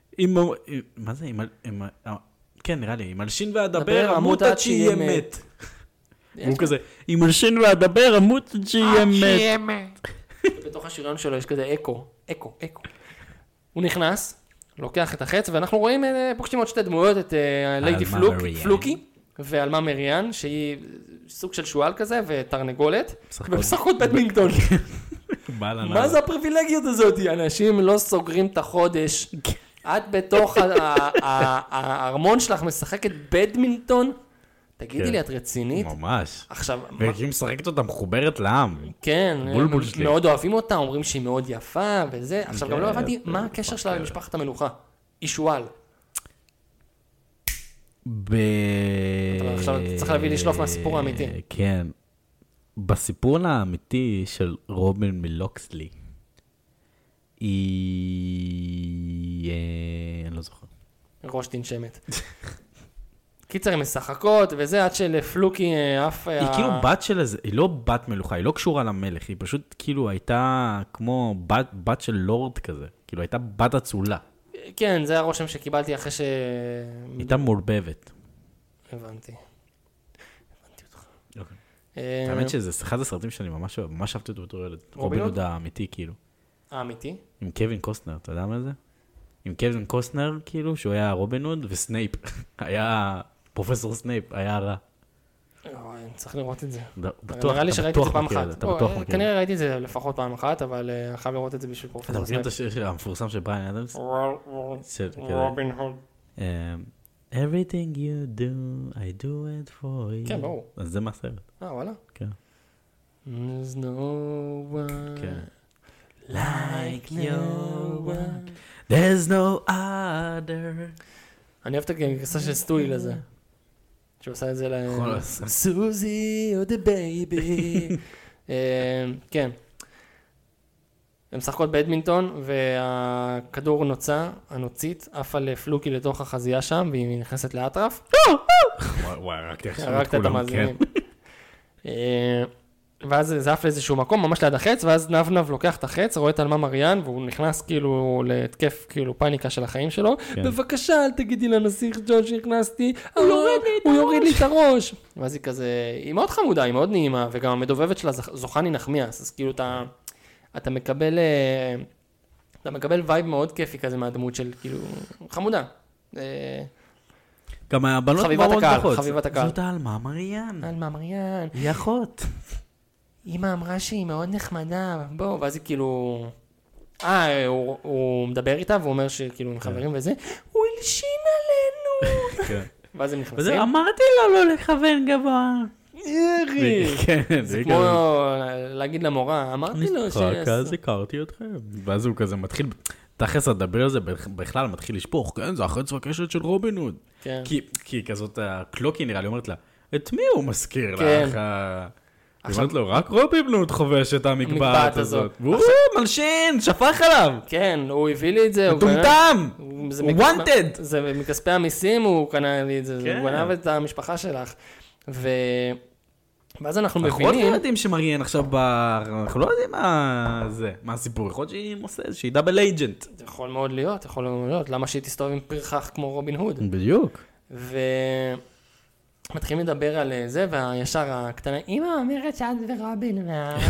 מה זה? כן, נראה לי, אם אלשין ואדבר, אמות עד שיהיה מת. הוא כזה, אם אלשין ואדבר, אמות עד שיהיה מת. בתוך השריון שלו יש כזה אקו. הוא נכנס, לוקח את החץ, ואנחנו רואים, פוגשים עוד שתי דמויות, את ליידי פלוקי, ואלמה מריאן, שהיא סוג של שואל כזה, ותרנגולת, ומשחקות בדמינגטון. מה זה הפריבילגיות הזאת? אנשים לא סוגרים את החודש. את בתוך הארמון שלך משחקת בדמינגטון? תגידי לי, את רצינית? ממש. עכשיו... והיא משחקת אותה מחוברת לעם. כן, מאוד אוהבים אותה, אומרים שהיא מאוד יפה וזה. עכשיו גם לא הבנתי מה הקשר שלה למשפחת המלוכה. היא שואל. עכשיו צריך להביא לשלוף מהסיפור האמיתי. כן. בסיפור האמיתי של רובין מלוקסלי, אני לא זוכר. ראש תנשמת. קיצר, הם משחקות, וזה עד שלפלוקי אף... היא כאילו בת של איזה, היא לא בת מלוכה, היא לא קשורה למלך, היא פשוט כאילו הייתה כמו בת של לורד כזה, כאילו הייתה בת אצולה. כן, זה הרושם שקיבלתי אחרי ש... הייתה מורבבת. הבנתי אותך. האמת שזה אחד הסרטים שאני ממש אהבתי אותו בתור ילד. רובין הוד האמיתי, כאילו. האמיתי? עם קווין קוסטנר, אתה יודע מה זה? עם קווין קוסטנר, כאילו, שהוא היה רובין הוד, וסנייפ. היה פרופסור סנייפ, היה רע. אני צריך לראות את זה. בטוח, נראה לי שראיתי את זה פעם אחת. אתה בטוח מכיר. כנראה ראיתי את זה לפחות פעם אחת, אבל חייב לראות את זה בשביל פרופסור סנייפ. אתה מכיר את השיר המפורסם של בריין אדמס? רובין הוד. Everything you do, I do it for you. כן, ברור. אז זה מהסרט. וואלה. כן. There's no one like your one. There's no other. אני אוהב את הגרסה של סטוי לזה. שהוא עושה את זה סוזי או דה בייבי. כן. הם משחקות בדמינטון, והכדור הנוצית עפה לפלוקי לתוך החזייה שם, והיא נכנסת לאטרף. וואי, רק את המאזינים. ואז זה עף לאיזשהו מקום, ממש ליד החץ, ואז נבנב לוקח את החץ, רואה את אלמה מריאן, והוא נכנס כאילו להתקף כאילו פאניקה של החיים שלו. בבקשה, אל תגידי לנסיך ג'ון שהכנסתי, הוא יוריד לי את הראש. ואז היא כזה, היא מאוד חמודה, היא מאוד נעימה, וגם המדובבת שלה זוכני נחמיאס, אז כאילו אתה מקבל וייב מאוד כיפי כזה מהדמות של כאילו חמודה. גם הבנות מאוד דחות. חביבת הקהל. זאת אלמה מריאן. אלמה מריאן. היא אחות. אמא אמרה שהיא מאוד נחמדה, בוא, ואז היא כאילו... הוא מדבר איתה, והוא אומר שכאילו עם חברים וזה, הוא הלשין עלינו. ואז הם נכנסים. אמרתי לו לא לכוון גבוה. ירי. כן, זה כמו להגיד למורה, אמרתי לו אז הכרתי אתכם. ואז הוא כזה מתחיל, תכף לדבר על זה, בכלל מתחיל לשפוך, כן, זה החץ והקשת של רובין הוד. כי כזאת, הקלוקי נראה לי אומרת לה, את מי הוא מזכיר לך? היא אומרת לו, רק רובין הוד חובש את המקבעת הזאת. והוא מלשין, שפך עליו. כן, הוא הביא לי את זה. מטומטם! הוא wanted! זה מכספי המיסים, הוא קנה לי את זה, הוא גנב את המשפחה שלך. ואז אנחנו מבינים... אנחנו לא יודעים שמריאן עכשיו אנחנו לא יודעים מה הסיפור. יכול להיות שהיא עושה איזושהי דאבל אייג'נט. זה יכול מאוד להיות, למה שהיא תסתובב עם פרחח כמו רובין הוד? בדיוק. מתחילים לדבר על זה, והישר הקטנה, אמא אומרת שאת ורובין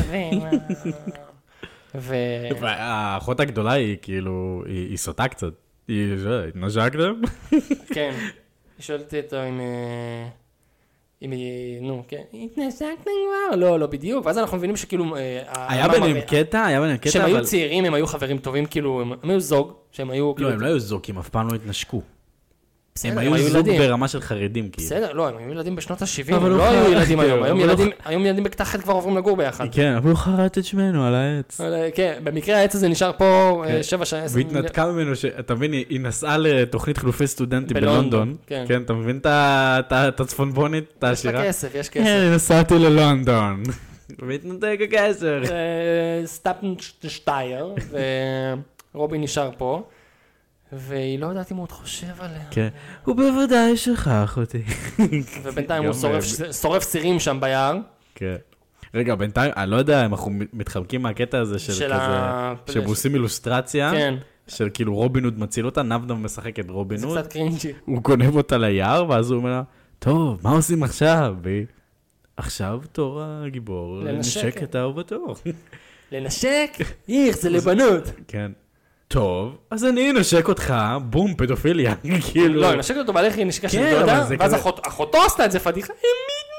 והאחות הגדולה היא כאילו, היא סוטה קצת. היא נשקתם? כן. היא שואלת אותו אם היא, נו, כן, התנשקתם כבר? לא בדיוק. ואז אנחנו מבינים שכאילו... היה ביניהם קטע, שהם היו צעירים, הם היו חברים טובים, כאילו, הם היו זוג, שהם היו... לא, הם לא היו זוג, כי הם אף פעם לא התנשקו. הם היו זוג ברמה של חרדים, כאילו. בסדר, לא, הם היו ילדים בשנות ה-70, הם לא היו ילדים היום, היום ילדים בכתחת כבר עוברים לגור ביחד. כן, אבל הוא חרט את שמנו על העץ. כן, במקרה העץ הזה נשאר פה 7 שנים. והתנתקה ממנו, אתה מבין, היא נסעה לתוכנית חילופי סטודנטים בלונדון. כן, אתה מבין את הצפונבונית, את השירה? יש לה כסף, יש כסף. כן, נסעתי ללונדון. והתנתק הכסף. סטאפנשטייר, ורובין נשאר פה. והיא לא יודעת אם הוא עוד חושב עליה. כן. הוא בוודאי שכח אותי. ובינתיים הוא שורף סירים שם ביער. כן. רגע, בינתיים, אני לא יודע אם אנחנו מתחמקים מהקטע הזה של כזה, שהם עושים אילוסטרציה, של כאילו רובין הוד מציל אותה, נבנב משחק את רובין הוד. זה קצת קרינג'י. הוא גונב אותה ליער, ואז הוא אומר לה, טוב, מה עושים עכשיו? עכשיו תור הגיבור, לנשק את אהובתו. לנשק? איך, זה לבנות. כן. טוב, אז אני אנשק אותך, בום, פדופיליה, כאילו. לא, אנשק אותו בעלך, היא נשקה של דודה, ואז אחותו עשתה את זה פדיחה, הם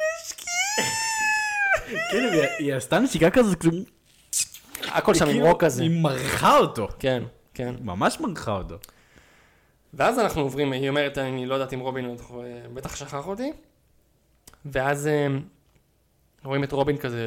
מתנשקים. כן, היא עשתה נשיקה כזאת, הכל שם עם רוק כזה. היא מרחה אותו. כן, כן. ממש מרחה אותו. ואז אנחנו עוברים, היא אומרת, אני לא יודעת אם רובין בטח שכח אותי, ואז רואים את רובין כזה,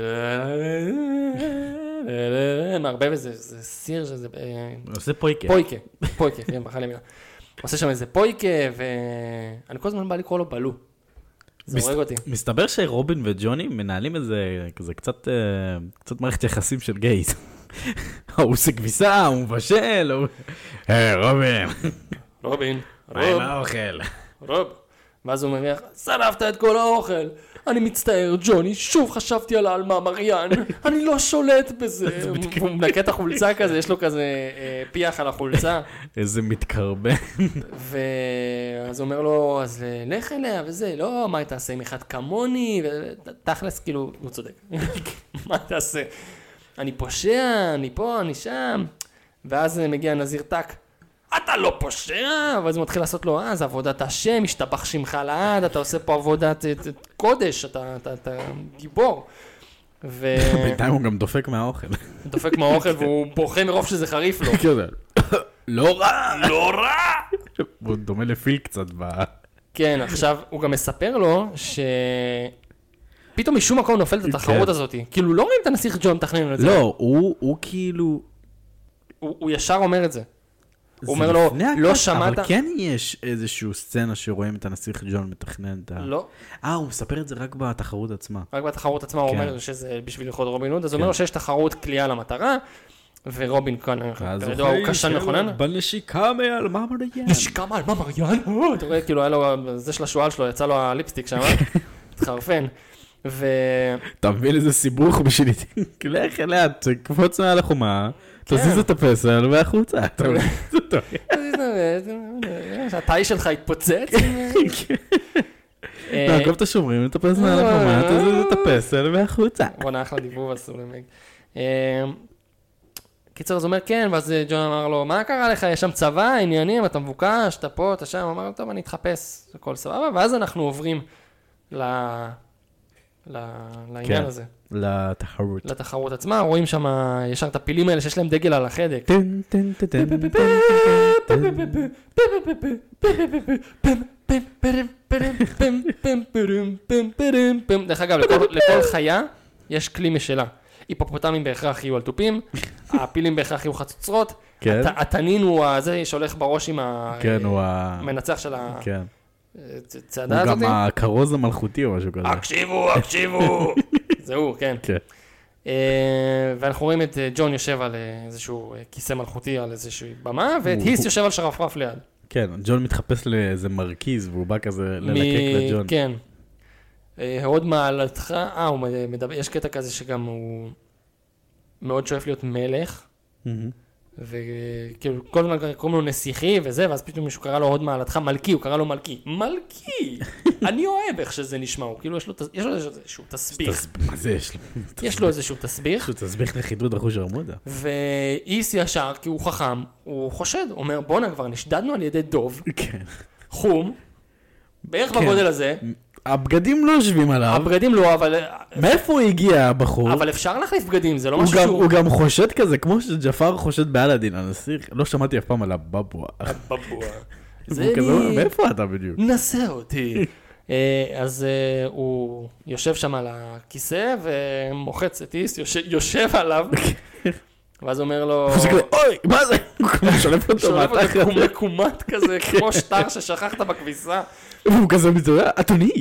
מערבב איזה סיר שזה... עושה פויקה. פויקה, כן, בחר לי מילה. עושה שם איזה פויקה, ואני כל הזמן בא לקרוא לו בלו. זה הורג אותי. מסתבר שרובין וג'וני מנהלים איזה, כזה קצת מערכת יחסים של גייז. הוא עושה כביסה, הוא מבשל, רובין. מה עם האוכל? רוב. ואז הוא אומר, שרפת את כל האוכל. אני מצטער, ג'וני, שוב חשבתי על האלמה מריאן, אני לא שולט בזה. הוא מנקה את החולצה כזה, יש לו כזה פיח על החולצה. איזה מתקרבן. ואז הוא אומר לו, אז לך אליה וזה, לא, מה תעשה עם אחד כמוני? תכלס, כאילו, הוא צודק. מה תעשה? אני פושע, אני פה, אני שם. ואז מגיע נזיר טק. אתה לא פושע, ואז הוא מתחיל לעשות לו, זה עבודת השם, משתבח שמך לעד, אתה עושה פה עבודת קודש, אתה גיבור. בינתיים הוא גם דופק מהאוכל. דופק מהאוכל, והוא בוכה מרוב שזה חריף לו. לא רע. לא רע. הוא דומה לפיל קצת. כן, עכשיו הוא גם מספר לו פתאום משום מקום נופלת התחרות הזאת. כאילו לא רואים את הנסיך ג'ון מתכנן את זה. לא, הוא כאילו... הוא ישר אומר את זה. הוא אומר לו, לא שמעת... אבל כן יש איזושהי סצנה שרואים את הנסיך ג'ון מתכנן את ה... לא. הוא מספר את זה רק בתחרות עצמה. רק בתחרות עצמה, הוא אומר שזה בשביל ללכות רובין הוד, אז הוא אומר לו שיש תחרות קליעה למטרה, ורובין כאן, הוא קשן מכונן. בנשיקה מעלמה מריאן. נשיקה מעלמה מריאן? אתה רואה, כאילו היה לו, זה של השואל שלו, יצא לו הליפסטיק שם, התחרפן. אתה מבין איזה סיבוך בשבילי, לך אליה, תקפוץ מעל החומה, תזיז את הפסל והחוצה. התאי שלך התפוצץ? נעקוב את השומרים, את הפסל מעל החומה, תזיז את הפסל והחוצה. בוא נח לדיבוב אסור למג. קיצור, אז הוא אומר כן, ואז ג'ון אמר לו, מה קרה לך? יש שם צבא, עניינים, אתה מבוקש, אתה פה, אתה שם, אמר לו, טוב, אני אתחפש, הכל סבבה, ואז אנחנו עוברים לעניין הזה. לתחרות. לתחרות עצמה, רואים שם ישר את הפילים האלה שיש להם דגל על החדק. דרך אגב, לכל חיה יש כלי משלה. היפופוטמים בהכרח יהיו על תופים, הפילים בהכרח יהיו חצוצרות, התנין הוא הזה שהולך בראש עם המנצח של הצעדה הזאת. הוא גם הכרוז המלכותי או משהו כזה. הקשיבו. זהו, כן. ואנחנו רואים את ג'ון יושב על איזשהו כיסא מלכותי, על איזושהי במה, ואת היס יושב על שרפרף ליד. כן, ג'ון מתחפש לאיזה מרכיז, והוא בא כזה ללקק לג'ון. כן. עוד מעלתך, הוא מדבר, יש קטע כזה שגם הוא מאוד שואף להיות מלך, וכאילו כל הזמן קוראים לו נסיכי וזה, ואז פתאום מישהו קרא לו עוד מעלתך מלכי, הוא קרא לו מלכי. אני אוהב איך שזה נשמע, הוא כאילו יש לו איזשהו תסביך. מה זה יש לו? יש לו איזשהו תסביך. יש לו תסביך לחידוד החוש הרמודה. ואיס ישר, כי הוא חכם, הוא חושד, הוא אומר בונה כבר נשדדנו על ידי דוב, חום, בערך בגודל הזה. הבגדים לא יושבים עליו. הבגדים לא, אבל... מאיפה הוא הגיע הבחור? אבל אפשר להחליף בגדים, זה לא משהו שהוא... הוא גם חושד כזה, כמו שג'פר חושד באלאדין, הנסיך. לא שמעתי אף פעם על הבבואה. זה אני... מאיפה אתה בדיוק? נסה אותי. אז הוא יושב שם על הכיסא, ומוחץ את איס, יושב עליו, ואז אומר לו... אוי, מה זה? הוא שולף אותו מהתחת. הוא מקומט כזה, כמו שטר ששכחת בכביסה. והוא כזה מתעורר, אדוני.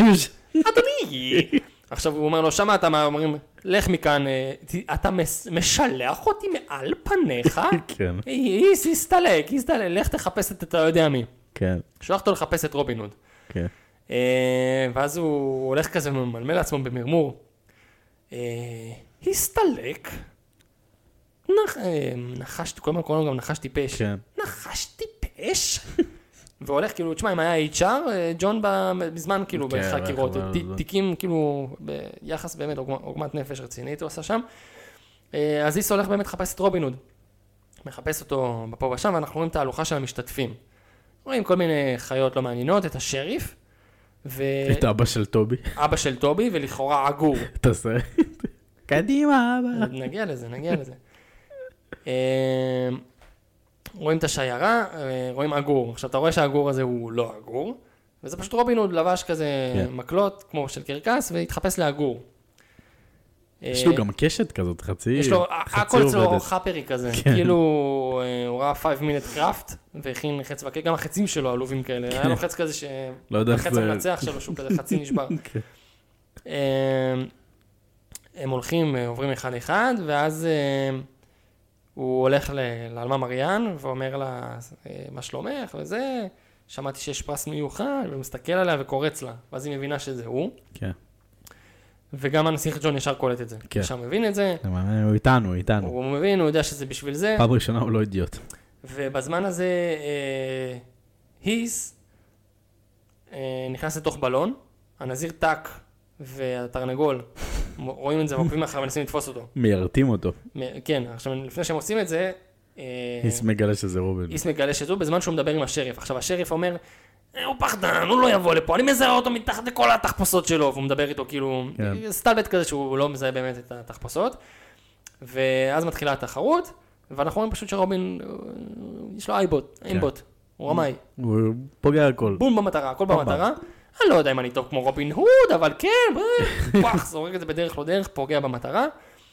עכשיו הוא אומר לו, שמה אתה אומרים, לך מכאן, אתה משלח אותי מעל פניך? כן. הסתלק, לך תחפש את אתה יודע מי. כן. שלח אותו לחפש את רובין הוד. כן. ואז הוא הולך כזה וממלמל לעצמו במרמור. הסתלק. נחשתי, כל הזמן קוראים לו גם נחשתי פש. כן. נחשתי פש? והולך כאילו, תשמע, אם היה HR, ג'ון בזמן כאילו בחקירות, תיקים כאילו ביחס באמת, עוגמת נפש רצינית הוא עשה שם. אז איס הולך באמת לחפש את רובין הוד. מחפש אותו בפה ושם, ואנחנו רואים את ההלוכה של המשתתפים. רואים כל מיני חיות לא מעניינות, את השריף. את אבא של טובי. אבא של טובי, ולכאורה עגור. תעשה. קדימה, אבא. נגיע לזה. רואים את השיירה, רואים עגור. עכשיו, אתה רואה שהעגור הזה הוא לא עגור, וזה פשוט רובין הוד לבש כזה מקלות, כמו של קרקס, והתחפש לעגור. יש לו גם קשת כזאת, חצי יש לו, הכל אצלו חפרי כזה. כאילו, הוא ראה 5-minute craft, והכין חץ וקק, גם החצים שלו עלובים כאלה. היה לו חץ כזה החץ המנצח שלו, שהוא כזה חצי נשבר. הם הולכים, עוברים אחד, ואז... הוא הולך לאלמה מריאן, ואומר לה, מה שלומך, וזה, שמעתי שיש פרס מיוחד, ומסתכל עליה וקורץ לה, ואז היא מבינה שזה הוא. כן. וגם הנסיך ג'ון ישר קולט את זה. כן. ישר מבין את זה. הוא איתנו. הוא מבין, הוא יודע שזה בשביל זה. פעם ראשונה הוא לא אידיוט. ובזמן הזה, היס נכנס לתוך בלון, הנזיר טק והתרנגול, רואים את זה, ועוקבים אחריו ונסים לתפוס אותו. מיירתים אותו. כן, עכשיו לפני שהם עושים את זה... איס מגלה שזה רובין. איס מגלה שזה בזמן שהוא מדבר עם השריף. עכשיו השריף אומר, הוא פחדן, הוא לא יבוא לפה, אני מזהה אותו מתחת לכל התחפושות שלו, והוא מדבר איתו כאילו, סטלבט כזה שהוא לא מזהה באמת את התחפושות. ואז מתחילה התחרות, ואנחנו רואים פשוט שרובין, יש לו איימבוט, הוא רמאי. הוא פוגע הכל. בום במטרה, הכל במטרה. אני לא יודע אם אני טוב כמו רובין הוד, אבל כן, פח, זורק את זה בדרך לא דרך, פוגע במטרה.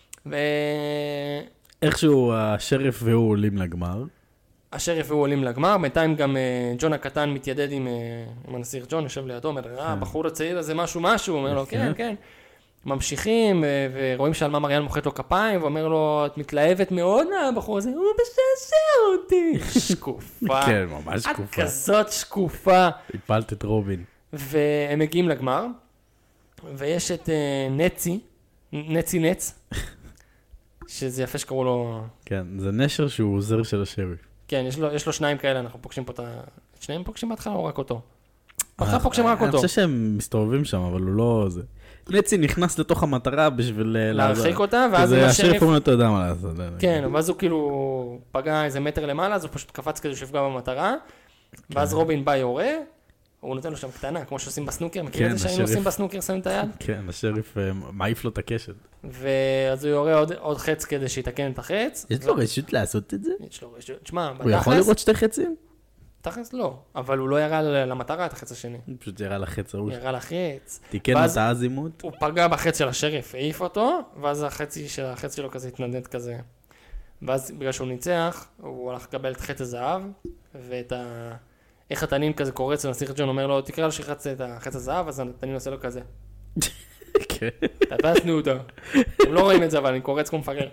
איכשהו השריף והוא עולים לגמר. השריף והוא עולים לגמר, בינתיים גם ג'ון הקטן מתיידד עם הנסיך ג'ון, יושב לידו, אומר, בחור הצעיר הזה משהו, הוא אומר לו, כן. ממשיכים, ורואים שאלמה מריאן מוחאת לו כפיים, ואומר לו, את מתלהבת מאוד מהבחור הזה, הוא משעשע אותי. שקופה. כן, ממש שקופה. את כזאת שקופה. הפלת את רובין. והם מגיעים לגמר, ויש את נץ, שזה יפה שקראו לו... כן, זה נשר שהוא עוזר של השריף. כן, יש לו שניים כאלה, אנחנו פוגשים פה את שניהם פוגשים בהתחלה או רק אותו? בהתחלה פוגשים רק אותו. אני חושב שהם מסתובבים שם, אבל הוא לא... נצי נכנס לתוך המטרה בשביל... להרחיק אותה, ואז עם השריף אומרים, אתה יודע מה לעשות. כן, ואז הוא כאילו פגע איזה מטר למעלה, אז הוא פשוט קפץ כזה שיפגע במטרה, ואז רובין בא יורה, הוא נותן לו שם קטנה, כמו שעושים בסנוקר, מכיר את זה שהיינו עושים בסנוקר, שמים את היד? כן, השריף מעיף לו את הקשת. ואז הוא יורה עוד חץ כדי שיתקן את החץ. יש לו רשות לעשות את זה? יש לו רשות, תשמע, הוא יכול לראות שתי חצים? תכלס לא, אבל הוא לא ירה למטרה את החץ השני. הוא פשוט ירה לחץ ההוא. ירה לחץ. תיקן אותה הזימות. הוא פגע בחץ של השריף, העיף אותו, ואז החץ שלו כזה התנדנד כזה. ואז בגלל שהוא ניצח, הוא הלך לקבל את חץ הזהב, ואת איך התנין כזה קורץ, ונסיך ג'ון אומר לו, תקרא לו שיחץ את החץ הזהב, אז התנין עושה לו כזה. כן. תפסנו אותו. הם לא רואים את זה, אבל אני קורץ כמו מפגר.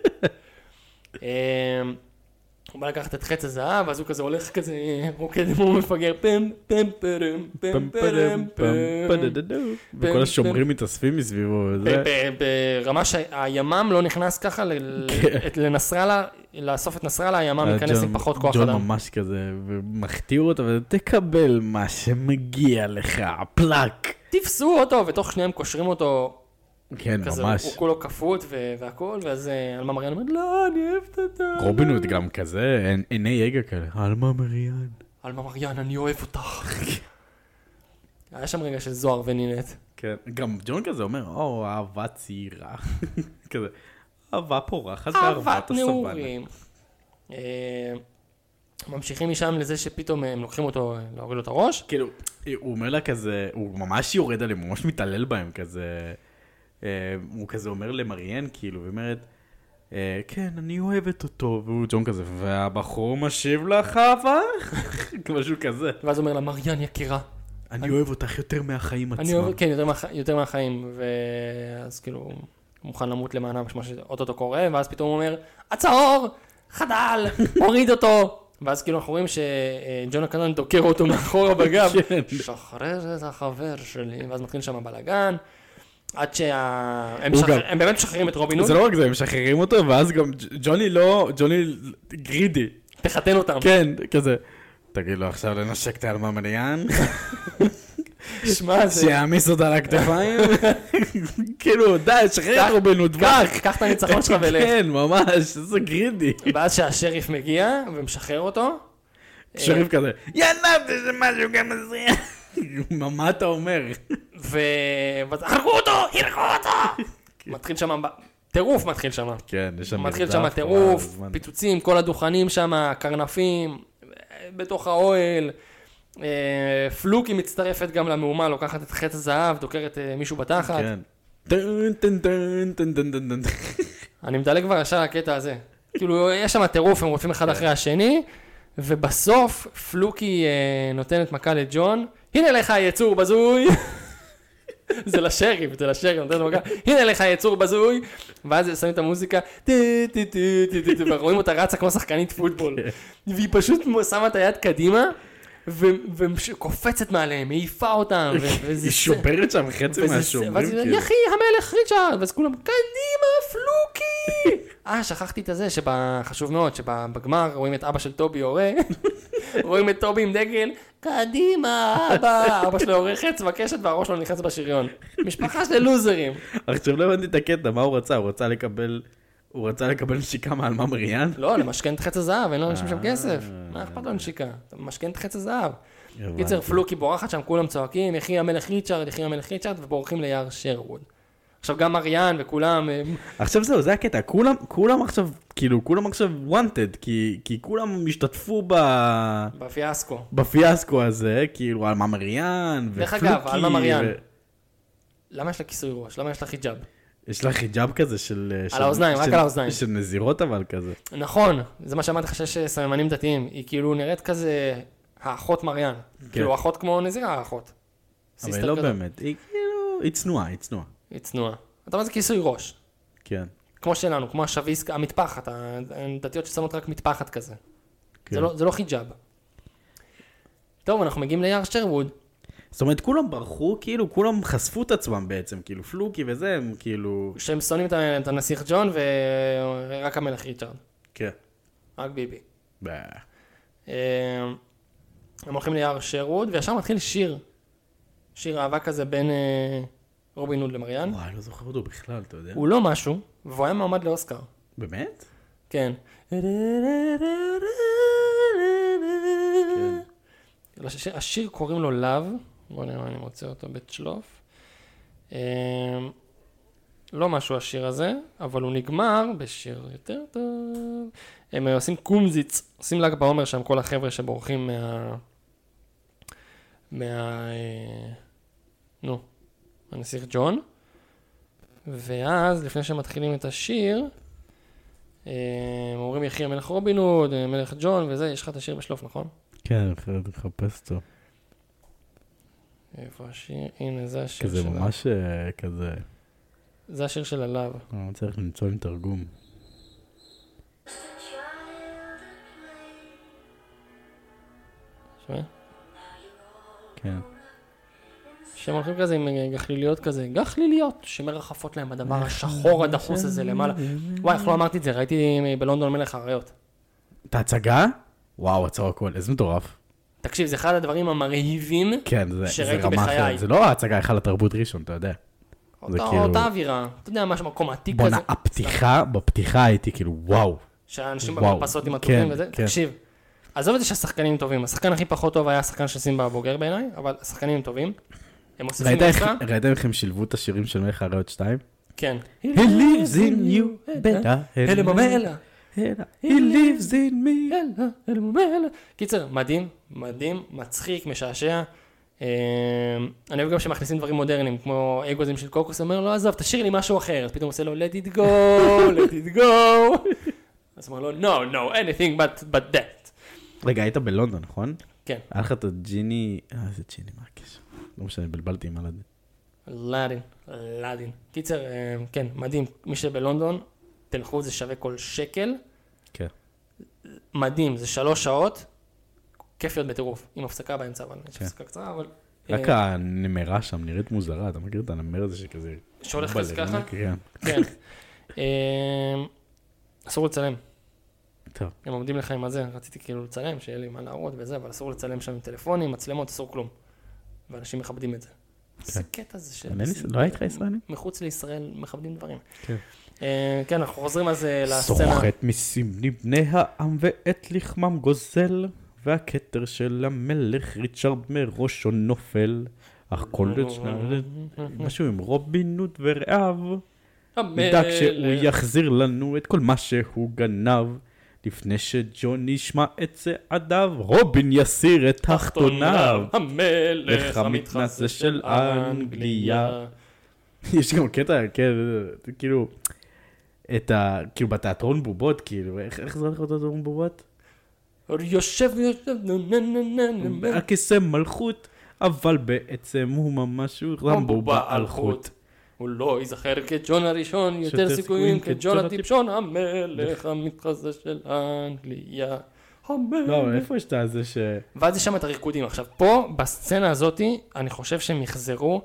הוא בא לקחת את חץ הזהב, אז הוא כזה הולך כזה, רוקד כמו מפגר, פם, פם, פם, פם, פם, פם, וכל השומרים מתאספים מסביבו. ברמה שהימם לא נכנס ככה לנסראללה, לאסוף את נסראללה, הימם ייכנס עם פחות כוח אדם. ג'ון ממש כזה, ומכתיר אותו, ותקבל מה שמגיע לך, פלאק. תפסו אותו, ותוך שניהם קושרים אותו. כן, כזה, ממש. הוא כולו כפות והכל, ואז אלמה מריאן אומרת, לא, אני אוהבת אותה. רובין הוד גם כזה, עיני יגע כאלה. אלמה מריאן. אלמה מריאן, אני אוהב אותך. היה שם רגע של זוהר ונינט. כן, גם ג'ון כזה אומר, אהבה צעירה. כזה, אהבה פורחת בערבת הסבנה. נעורים. ממשיכים משם לזה שפתאום הם לוקחים אותו, להוריד לו את הראש. כאילו, הוא אומר לה כזה, הוא ממש יורד עליהם, הוא ממש מתעלל בהם כזה. הוא כזה אומר למריאן, כאילו, ואומרת, כן, אני אוהבת אותו, והוא ג'ון כזה, והבחור משיב לך, אהבה? משהו כזה. ואז הוא אומר לה, מריאן יקירה. אני אוהב אותך יותר מהחיים עצמם. כן, יותר מהחיים, ואז כאילו, הוא מוכן למות למענה, משמע שאוטוטו קורה, ואז פתאום הוא אומר, עצור, חדל, הוריד אותו. ואז כאילו אנחנו רואים שג'ון הקטן דוקר אותו מאחורה בגב, שחרר את החבר שלי, ואז מתחיל שם בלגן. עד הם באמת משחררים את רובין הוד. זה לא רק זה, הם משחררים אותו, ואז גם ג'וני גרידי. תחתן אותם. כן, כזה. תגיד לו עכשיו לנשק את אלמה מריאן. שמע, זה... שיעמיס אותה על הכתפיים. כאילו, די, שחרר את רובין הוד. קח את הניצחון שלך ולך. כן, ממש, איזה גרידי. ואז שהשריף מגיע ומשחרר אותו. שריף כזה, ינבתי שמשהו גם מזריע. מה אתה אומר? הרגו אותו! מתחיל שם, טירוף מתחיל שם. כן, יש שם מתחיל שם טירוף, פיצוצים, כל הדוכנים שם, קרנפים, בתוך האוהל. פלוקי מצטרפת גם למהומה, לוקחת את חץ הזהב, דוקרת מישהו בתחת. כן. אני מדלג כבר ישר לקטע הזה. כאילו, יש שם טירוף, הם רודפים אחד אחרי השני, ובסוף פלוקי נותנת מכה לג'ון, הנה לך יצור בזוי. זה לשריף, נותנת לו מכה. הנה לך יצור בזוי. ואז שמים את המוזיקה, ורואים אותה רצה כמו שחקנית פוטבול. והיא פשוט שמה את היד קדימה, וקופצת מעליהם, העיפה אותם. היא שוברת שם חצי מהשומרים. ואז היא יחי, המלך ריצ'ארד. ואז כולם, קדימה, פלוקי. שכחתי את זה, חשוב מאוד, שבגמר רואים את אבא של טובי יורה, רואים את טובי עם דגל, קדימה, אבא שלו יורה חץ בקשת והראש שלו נכנס בשריון. משפחה של לוזרים. עכשיו לא הבנתי את הקטע, מה הוא רצה? הוא רצה לקבל נשיקה מאלמה מריאן? לא, למשכן את חץ הזהב, אין לו אנשים שם כסף. מה אכפת לו נשיקה? אתה משכן את חץ הזהב. קיצר, פלוקי בורחת שם, כולם צועקים, יחי המלך ריצ'ארד, ובורחים ליער שרווד. עכשיו גם מריאן וכולם... עכשיו זהו, זה הקטע, כולם עכשיו wanted, כי כולם השתתפו בפיאסקו הזה, כאילו אלמה מריאן ופלוקי. דרך אגב, אלמה מריאן, למה יש לה כיסוי ראש? למה יש לה חיג'אב? יש לה חיג'אב כזה של... על האוזניים, רק על האוזניים. של נזירות אבל כזה. נכון, זה מה שאמרתי לך שיש סממנים דתיים, היא כאילו נראית כזה האחות מריאן, כאילו אחות כמו נזירה האחות. אבל לא באמת, היא כאילו, היא צנועה. היא צנועה. אתה אומר, זה כיסוי ראש. כן. כמו שלנו, כמו השוויסק, המטפחת, הדתיות ששמות רק מטפחת כזה. כן. זה לא חיג'אב. טוב, אנחנו מגיעים ליער שרווד. זאת אומרת, כולם ברחו, כאילו, כולם חשפו את עצמם בעצם, כאילו, פלוקי וזה, הם כאילו... שהם שונאים את הנסיך ג'ון ורק המלך ריצ'ארד. כן. רק ביבי. הם הולכים ליער שרווד, וישר מתחיל שיר אהבה כזה בין... רובין הוד למריאן. וואי, לא זוכר אותו בכלל, אתה יודע. הוא לא משהו, והוא היה מעמד לאוסקר. באמת? כן. השיר קוראים לו לב, בוא נראה, אני מוצא אותו בצ'לוף. לא משהו השיר הזה, אבל הוא נגמר בשיר יותר טוב. הם עושים קומזיץ, עושים ל"ג בעומר שם כל החבר'ה שבורחים הנסיך ג'ון, ואז לפני שהם מתחילים את השיר, הם אומרים יחי המלך רובין הוד, מלך ג'ון וזה, יש לך את השיר בשלוף, נכון? כן, אחרת לחפש אותו. איפה השיר? הנה, זה השיר שלה. כזה ממש כזה... זה השיר של הלאו. צריך למצוא עם תרגום. שומע? כן. שהם הולכים כזה עם גחליליות כזה, גחליליות, שמרחפות להם הדבר השחור הדחוס הזה למעלה. וואי, איך לא אמרתי את זה? ראיתי בלונדון מלך האריות. את ההצגה? וואו, עצור הכל, איזה מטורף. תקשיב, זה אחד הדברים המרהיבים שראיתי בחיי. זה לא ההצגה, היכל התרבות ראשון, אתה יודע. אותה אווירה, אתה יודע, משהו מקום עתיק כזה. בונה, בפתיחה הייתי כאילו, וואו. שהאנשים במרפסות עם הטובים וזה, תקשיב. עזוב את זה שהשחקנים טובים, השחקן הכי פחות טוב היה השחקן של סימבה הבוגר בעיניי, אבל השחקנים הם טובים. הם מוסיפים משחק. ראיתם איך הם שילבו את השירים של מלך האריות 2? כן. He lives in you, הלם המלה. He lives in me. הלם המלה. קיצר, מדהים, מדהים, מצחיק, משעשע. אני אוהב גם שמכניסים דברים מודרניים, כמו אגוזים של קוקוס, אומר לו, עזוב, תשאיר לי משהו אחר. אז פתאום עושה לו, let it go, let it go. אז אומר לו, no, anything but that. רגע, היית בלונדון, נכון? כן. היה לך את הג'יני... זה ג'יני, מה הקשר? לא משנה, בלבלתי עם אלאדין. קיצר, כן, מדהים. מי שבלונדון, תלכו, זה שווה כל שקל. כן. מדהים, זה 3 שעות. כיף להיות בטירוף. עם הפסקה באמצע, אבל יש הפסקה קצרה, אבל... רק הנמרה שם נראית מוזרה, אתה מכיר את הנמר הזה שכזה... שהולך כזה ככה? כן. כן. אסור לצלם. טוב. הם עומדים לך עם הזה, רציתי כאילו לצלם, שיהיה לי מה להראות וזה, אבל אסור לצלם שם עם טלפונים, מצלמות, אסור כלום. ואנשים מכבדים את זה. זה קטע זה ש... לא היית לך ישראלי? מחוץ לישראל מכבדים דברים. כן. כן, אנחנו חוזרים אז לסצנה. סוחט מיסים לבני העם ואת לחמם גוזל, והכתר של המלך ריצ'רד מראשו נופל, אך כל משהו עם רובינות ורעב, נדאג שהוא יחזיר לנו את כל מה שהוא גנב, לפני שג'ון ישמע את צעדיו, רובין יסיר את תחתוניו, המלך המתחסה של אנגליה. יש גם קטע, כאילו, כאילו בתיאטרון בובות, כאילו, איך זה הולך בתיאטרון בובות? יושב, הכיסא מלכות, אבל בעצם הוא ממש רמבו בעל חוט. הוא לא ייזכר כג'ון הראשון, יותר סיכויים כג'ון הטיפשון, המלך המתחסה של אנגליה. לא, איפה יש את זה ש... ואז יש שם את הריקודים. עכשיו, פה, בסצנה הזאת, אני חושב שהם יחזרו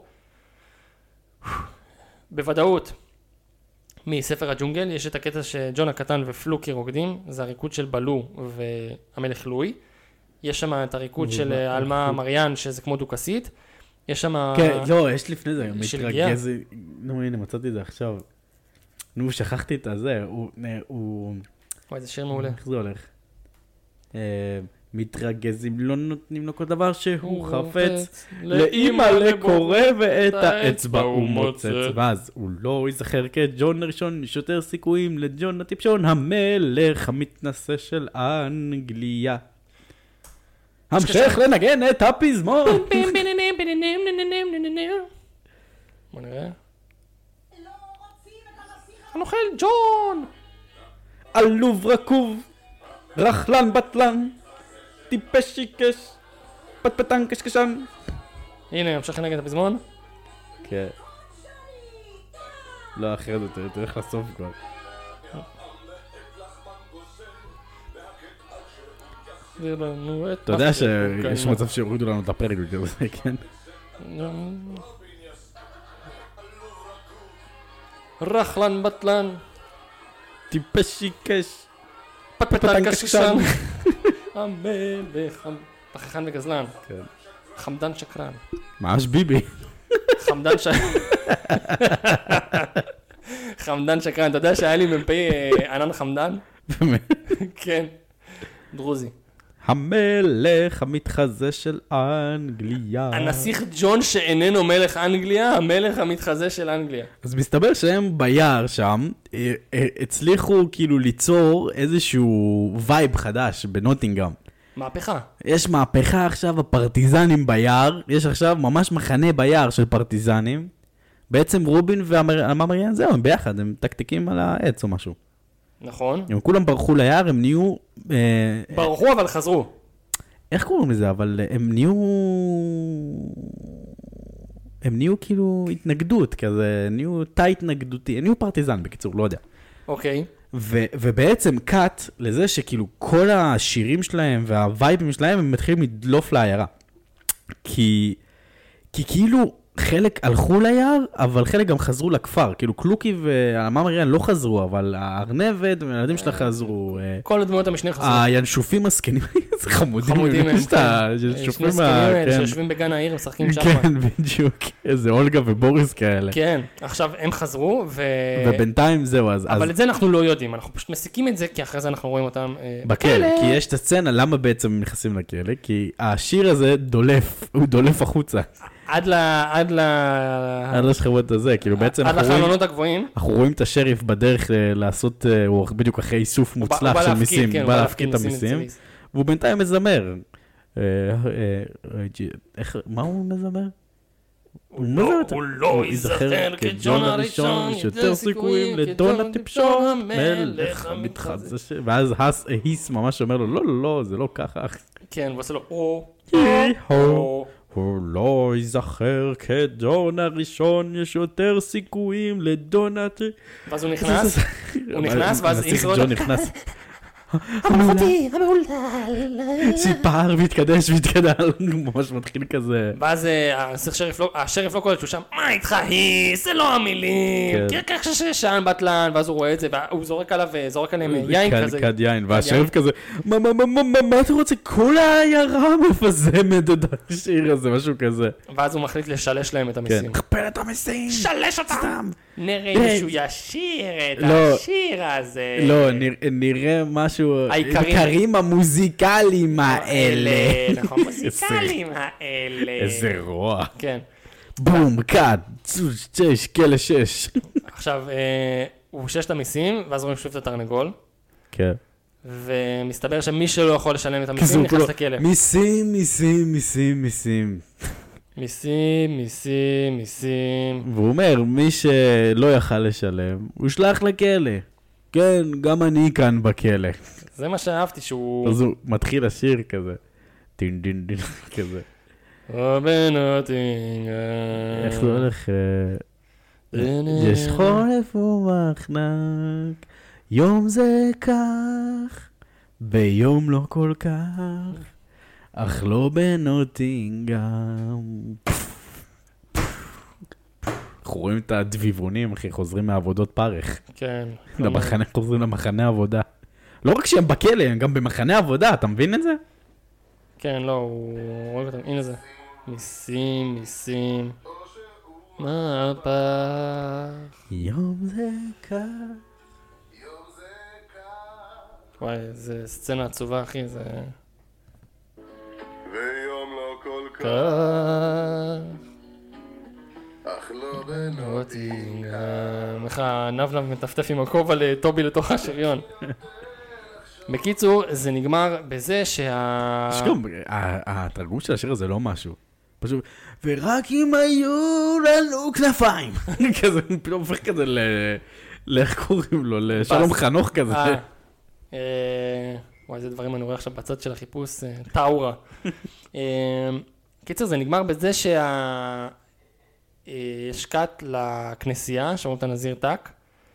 בוודאות מספר הג'ונגל. יש את הקטע שג'ון הקטן ופלוקי רוקדים, זה הריקוד של בלו והמלך לואי. יש שם את הריקוד של אלמה מריאן, שזה כמו דוקסית. יש שם... כן, לא, יש לפני זה, מתרגז... נו, הנה, מצאתי את זה עכשיו. נו, שכחתי את הזה, הוא... וואי, זה שיר מעולה. איך זה הולך? מתרגז אם לא נותנים לו כל דבר שהוא חפץ, לאמא לקורא ואת האצבע הוא מוצץ, ואז הוא לא ייזכר כג'ון הראשון, יש יותר סיכויים לג'ון הטיפשון, המלך המתנשא של אנגליה. המשך לנגן את הפזמון. בוא נראה. הנוכל ג'ון! עלוב רקוב, רכלן בטלן, טיפש שיקש, פטפטן קשקשן. הנה, המשך לנגן את הפזמון. כן. לא, אחרי זה, תלך לסוף כבר. אתה יודע שיש מצב שיורידו לנו את הפרק בגלל זה, כן? רכלן בטלן, טיפש שיקש, פטפטן קשקשן, המלך, פחחן וגזלן, חמדן שקרן. ממש ביבי. חמדן שקרן, אתה יודע שהיה לי מ"פ ענן חמדן? כן, דרוזי. המלך המתחזה של אנגליה. הנסיך ג'ון שאיננו מלך אנגליה, המלך המתחזה של אנגליה. אז מסתבר שהם ביער שם, הצליחו כאילו ליצור איזשהו וייב חדש בנוטינגהאם. מהפכה. יש מהפכה עכשיו, הפרטיזנים ביער, יש עכשיו ממש מחנה ביער של פרטיזנים. בעצם רובין והמריאן זהו, הם ביחד, הם טקטיקים על העץ או משהו. נכון. הם כולם ברחו ליער, הם נהיו... ברחו אבל חזרו. איך קוראים לזה? אבל הם נהיו כאילו התנגדות כזה, נהיו תא התנגדותי, הם נהיו פרטיזן בקיצור, לא יודע. אוקיי. ובעצם קאט לזה שכאילו כל השירים שלהם והווייבים שלהם הם מתחילים לדלוף לעיירה. כי כאילו חלק הלכו ליער, אבל חלק גם חזרו לכפר. כאילו קלוקי והממריאן לא חזרו, אבל הארנבת והילדים שלה חזרו. כל הדמויות המשנה חזרו. הינשופים הזקנים, איזה חמודים. חמודים הם. שני זקנים האלה שיושבים בגן העיר, משחקים שחמט. כן, בדיוק. איזה אולגה ובוריס כאלה. כן, עכשיו הם חזרו ובינתיים זהו אז. אבל את זה אנחנו לא יודעים, אנחנו פשוט מסיקים את זה, כי אחרי זה אנחנו רואים אותם בכלא. כי יש את הסצנה, למה בעצם הם נכנסים לכלא? כי השיר הזה דולף, הוא דולף החוצה. עד לשכבות הזה, כאילו בעצם עד לחלונות הגבוהים. אנחנו רואים את השריף בדרך לעשות, הוא בדיוק אחרי איסוף מוצלח של מיסים, הוא בא להפקיד את המיסים, והוא בינתיים מזמר. מה הוא מזמר? הוא לא ייזכר כג'ון הראשון, יותר סיכויים לדון הטיפשון, המלך המתחזה. ואז היס ממש אומר לו, לא, לא, לא, זה לא ככה. כן, הוא עושה לו, הוא לא ייזכר כג'ון הראשון, יש יותר סיכויים לדונת... ואז הוא נכנס, ואז איס רואה... ג'ון נכנס. המלכותי, המהולל. סיפר והתקדש והתקדל, ממש מתחיל כזה. ואז השריף לא קולט שהוא שם, מה איתך היס, זה לא המילים, כך ששען בטלן, ואז הוא רואה את זה, והוא זורק עליהם יין כזה. כד יין, והשריף כזה, מה אתה רוצה? כל העיירה מפזמת את השיר הזה, משהו כזה. ואז הוא מחליט לשלש להם את המיסים. תכפל את המיסים. שלש אותם. נראה שהוא ישיר את השיר הזה. לא, נראה משהו, העיקרים המוזיקליים האלה. נכון, המוזיקליים האלה. איזה רוע. כן. בום, קאט, 6, כלא 6. עכשיו, הוא שש את המיסים, ואז רואים שוב את התרנגול. כן. ומסתבר שמי שלא יכול לשלם את המיסים נכנס לכלא. מיסים, מיסים, מיסים, מיסים. מיסים, מיסים, מיסים. והוא אומר, מי שלא יכל לשלם, הוא שלח לכלא. כן, גם אני כאן בכלא. זה מה שאהבתי שהוא... אז הוא מתחיל לשיר כזה. דין דין דין כזה. איך זה הולך? יש חורף ומחנק, יום זה כך, ביום לא כל כך, אך לא בנוטינגהאם. אנחנו רואים את הדביבונים, אחי, חוזרים מעבודות פרך. כן. חוזרים למחנה עבודה. לא רק שהם בכלא, הם גם במחנה עבודה, אתה מבין את זה? כן, לא, הוא רואה אותם, הנה זה. מיסים, מיסים. מהפך. יום זה כך. וואי, זה סצנה עצובה, אחי, זה... ויום לא כל כך. אך לא בנוטינגהאם. איך הנבלב מטפטף עם הכובע לטובי לתוך השריון. בקיצור, זה נגמר בזה שגם, התרגום של השיר הזה לא משהו. פשוט, ורק אם היו לנו כנפיים. כזה, פתאום הופך כזה איך קוראים לו? לשלום חנוך כזה. וואי, זה דברים אני רואה עכשיו בצד של החיפוש, טאורה. קיצור, זה נגמר בזה יש קאט לכנסייה, שאומרים את הנזיר טק,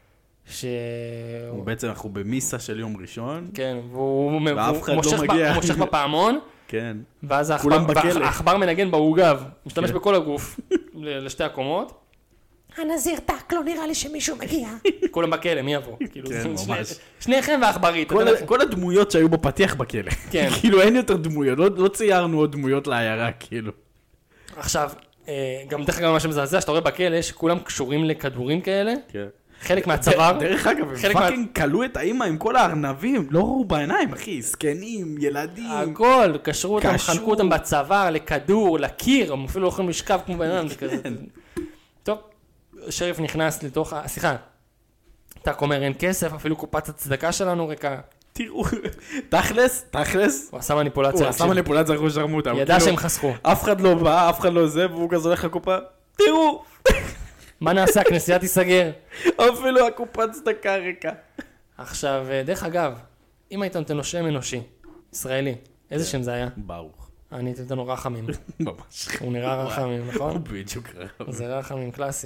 בעצם אנחנו במיסה של יום ראשון. כן, והוא מושך בפעמון. כן. ואז העכבר מנגן בעוגב, משתמש בכל הגוף, לשתי הקומות. הנזיר טק, לא נראה לי שמישהו מגיע. כולם בכלא, מי יבוא? כן, ממש. שניכם והעכברית. כל הדמויות שהיו בפתיח בכלא. כן. כאילו אין יותר דמויות, לא ציירנו עוד דמויות לעיירה, כאילו. עכשיו, גם דרך אגב מה שמזעזע, שאתה רואה בכלא שכולם קשורים לכדורים כאלה. כן. חלק מהצוואר. דרך אגב, הם פאקינג קלו את האמא עם כל הארנבים, לא ראו בעיניים, אחי, זקנים, ילדים. הכל, קשרו אותם, חנקו אותם בצוואר, לכדור, לקיר, הם אפילו לא יכולים לשכב כמו בעיניים. טוב, שריף נכנס לתוך, סליחה, טאק אומר אין כסף, אפילו קופת הצדקה שלנו ריקה. תראו, תכלס. הוא עשה מניפולציה. אחרי שרמו אותם. ידע שהם חסכו. אף אחד לא בא, אף אחד לא זה, והוא כזה הולך לקופה. תראו. מה נעשה? הכנסייה תיסגר. אפילו הקופת צדקה ריקה. עכשיו, דרך אגב, אם היית נותן לו שם אנושי, ישראלי, איזה שם זה היה? ברוך. אני אתן לו רחמים. ממש. הוא נראה רחמים, נכון? הוא בדיוק רחמים. זה רחמים קלאסי.